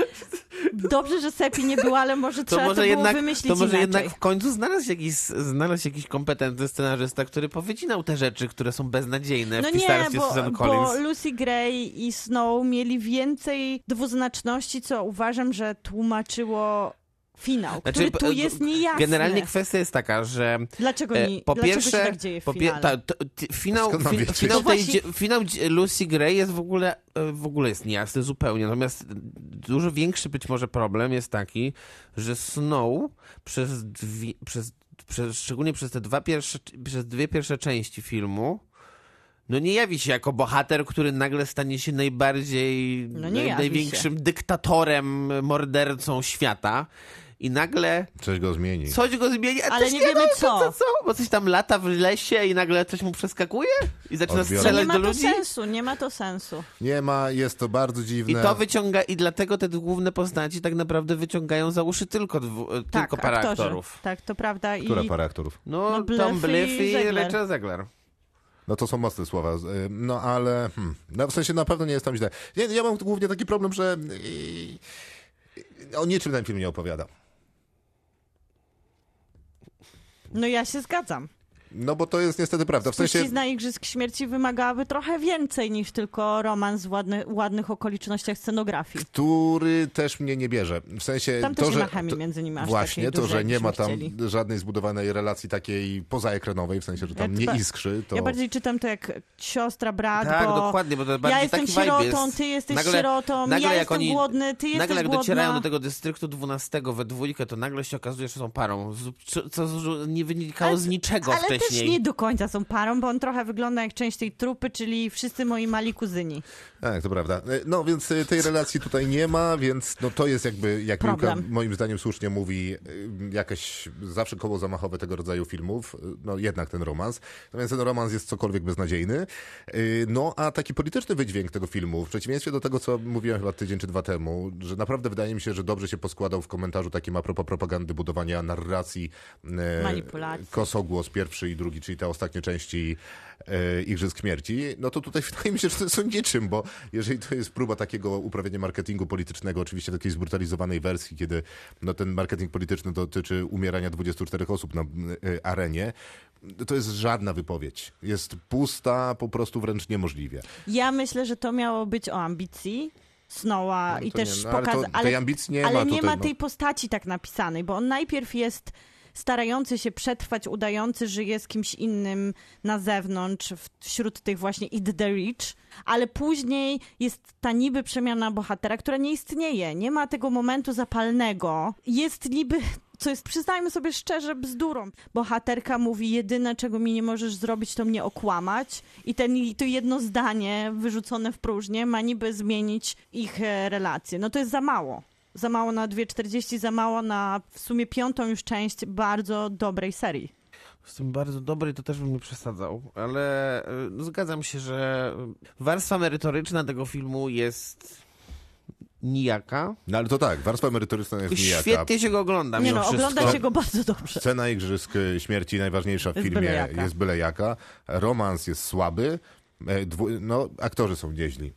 dobrze, że sepi nie było, ale może To trzeba to, może, było jednak, wymyślić to może inaczej. jednak w końcu znalazł jakiś, znalazł jakiś kompetentny scenarzysta, który powycinał te rzeczy, które są beznadziejne No w nie, pisarstwie bo, Susan bo Collins. Lucy Gray i Snow mieli więcej dwuznaczności, co uważam, że tłumaczyło finał, Znaczy, który tu b- jest niejasny. Generalnie kwestia jest taka, że Dlaczego, e, nie, po dlaczego pierwsze, się tak dzieje w po pie- finale? ta, to, ty, finał, Skąd mam fi, wiedzieć? finał, No tej, właśnie- dzie- finał dzie- Lucy Gray jest w ogóle, e, w ogóle jest niejasny zupełnie. Natomiast dużo większy być może problem jest taki, że Snow przez, dwie, przez, przez szczególnie przez te dwa pierwsze, przez dwie pierwsze części filmu no nie jawi się jako bohater, który nagle stanie się najbardziej, No nie naj, jawi największym dyktatorem, mordercą świata. I nagle Coś go zmieni. coś go zmieni, a Ale też nie nie wiemy no, co. co, co. Bo coś tam lata w lesie i nagle coś mu przeskakuje i zaczyna Odbiorę. To strzelać nie ma do to ludzi. sensu, nie ma to sensu. Nie ma, jest to bardzo I dziwne. to wyciąga, i dlatego te główne postaci tak naprawdę wyciągają za uszy tylko, dwu, Tak, tylko para aktorzy. aktorów. Tak, to prawda. Która I para aktorów? No, No, Bliff Tom Bliff i i Zegler. Rachel Zegler. No to są mocne słowa. Y, No ale hmm, no, w sensie na pewno nie jest tam źle. Nie, ja mam głównie taki problem, że y, o niczym ten film nie opowiada. no ja się zgadzam. No bo to jest niestety prawda. W sensie Spuścizna Igrzysk Śmierci wymagałaby trochę więcej niż tylko romans w ładny, ładnych okolicznościach scenografii. który też mnie nie bierze. W sensie Tam to, też nie że ma chemii to, między nimi aż właśnie takiej to, że dużej, nie ma jakbyśmy tam chcieli. żadnej zbudowanej relacji takiej pozaekranowej, w sensie, że tam Ja nie chyba- iskrzy, to Ja bardziej czytam to jak siostra, brat, Tak, bo dokładnie, bo to bardziej ja jestem taki vibe sierotą, jest. ty jesteś Nagle- sierotą, nagle ja jak jestem oni- głodny, ty jesteś Nagle jak głodna. docierają do tego dystryktu dwunastego we dwójkę, to nagle się okazuje, że są parą, z- co, co z- nie wynikało Ale- z niczego Ale wcześniej. też nie do końca są parą, bo on trochę wygląda jak część tej trupy, czyli wszyscy moi mali kuzyni. tak, to prawda. No więc y, tej relacji tutaj nie ma, więc no to jest jakby, jak Miłka Problem. moim zdaniem słusznie mówi, y, jakieś zawsze koło zamachowe tego rodzaju filmów, y, no jednak ten romans. Natomiast ten romans jest cokolwiek beznadziejny. Y, No a taki polityczny wydźwięk tego filmu, w przeciwieństwie do tego, co mówiłem chyba tydzień czy dwa temu, że naprawdę wydaje mi się, że dobrze się poskładał w komentarzu takim a propos propagandy, budowania narracji, y, Manipulacji. Kosogłos pierwszy i drugi, czyli te ostatnie części e, Igrzysk Śmierci, no to tutaj wydaje mi się, że to są niczym, bo jeżeli to jest próba takiego uprawiania marketingu politycznego, oczywiście takiej zbrutalizowanej wersji, kiedy no, ten marketing polityczny dotyczy umierania dwudziestu czterech osób na e, arenie, to jest żadna wypowiedź. Jest pusta, po prostu wręcz niemożliwie. Ja myślę, że to miało być o ambicji Snowa No i to też nie, no, ale pokazać. to- tej ambicji nie ale ma nie tutaj, ma no. tej postaci tak napisanej, bo on najpierw jest starający się przetrwać, udający, że jest kimś innym na zewnątrz, w- wśród tych właśnie Eat the Rich, ale później jest ta niby przemiana bohatera, która nie istnieje. Nie ma tego momentu zapalnego. Jest niby, co jest, przyznajmy sobie szczerze, bzdurą. Bohaterka mówi, jedyne, czego mi nie możesz zrobić, to mnie okłamać. I ten, i to jedno zdanie wyrzucone w próżnię ma niby zmienić ich e, relacje. No to jest za mało. Za mało na dwie czterdzieści, za mało na w sumie piątą już część bardzo dobrej serii. Z tym bardzo dobry to też bym nie przesadzał, ale y, no, zgadzam się, że warstwa merytoryczna tego filmu jest nijaka. No ale to tak, warstwa merytoryczna jest nijaka. Świetnie się go ogląda Nie mimo no, wszystko. ogląda się go bardzo dobrze. Scena Igrzysk Śmierci, najważniejsza w Jest filmie, byle jaka. jest byle jaka. Romans jest słaby. E, Dwu, no, aktorzy są nieźli.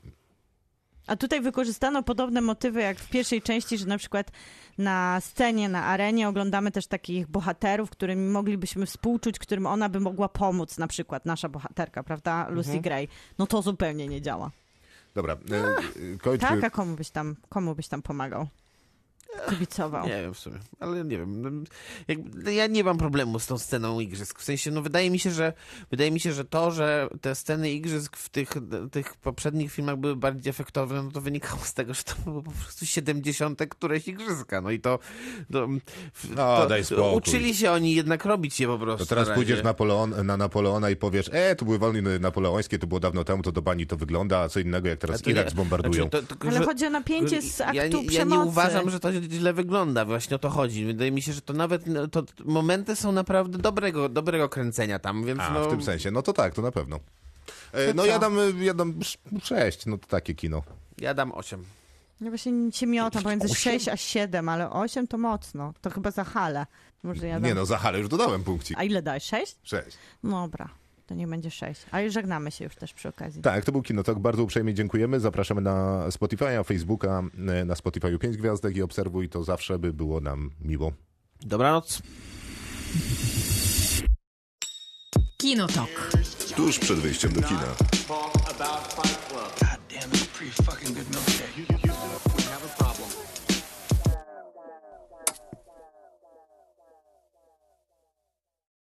A tutaj wykorzystano podobne motywy jak w pierwszej części, że na przykład na scenie, na arenie oglądamy też takich bohaterów, którym moglibyśmy współczuć, którym ona by mogła pomóc, na przykład nasza bohaterka, prawda, Lucy Mhm. Gray. No to zupełnie nie działa. Dobra, e, kończmy. Tak, a komu byś tam, komu byś tam pomagał? kibicował. Nie wiem w sumie, ale nie wiem. no, Jakby, ja nie mam problemu z tą sceną igrzysk. W sensie, no wydaje mi się, że wydaje mi się, że to, że te sceny igrzysk w tych, tych poprzednich filmach były bardziej efektowne, no to wynikało z tego, że to były po prostu siedemdziesiąte któreś igrzyska. No i to, to, No, to daj spokój. uczyli się oni jednak robić je po prostu. To teraz na razie. pójdziesz Napoleon, na Napoleona i powiesz, e, to były wojny napoleońskie, to było dawno temu, to do bani to wygląda, a co innego, jak A teraz to Irak nie- zbombardują. znaczy, to- tylko, Ale że- chodzi o napięcie z aktu ja, nie- ja przemocy. nie uważam, że to źle wygląda. Właśnie o to chodzi. Wydaje mi się, że to nawet no, to momenty są naprawdę dobrego, dobrego kręcenia tam, więc A, no... w tym sensie, no to tak, to na pewno. E, To no co? ja dam, ja dam sz- sześć, no to takie kino. Ja dam osiem. Ja właśnie się miotam pomiędzy sześć a siedem, ale osiem to mocno. To chyba za halę. Może ja dam... Nie no, za halę już dodałem punkcik. A ile dałeś? sześć? sześć. Dobra, to niech będzie sześć. A już żegnamy się już też przy okazji. Tak, to był Kinotok. Bardzo uprzejmie dziękujemy. Zapraszamy na Spotify'a, Facebooka, e, na Spotify'u pięć gwiazdek i obserwuj, to zawsze by było nam miło. Dobranoc. Kinotok. Tuż przed wyjściem do kina. Talk about Fight Club. God damn, it's pretty fucking good milkshake.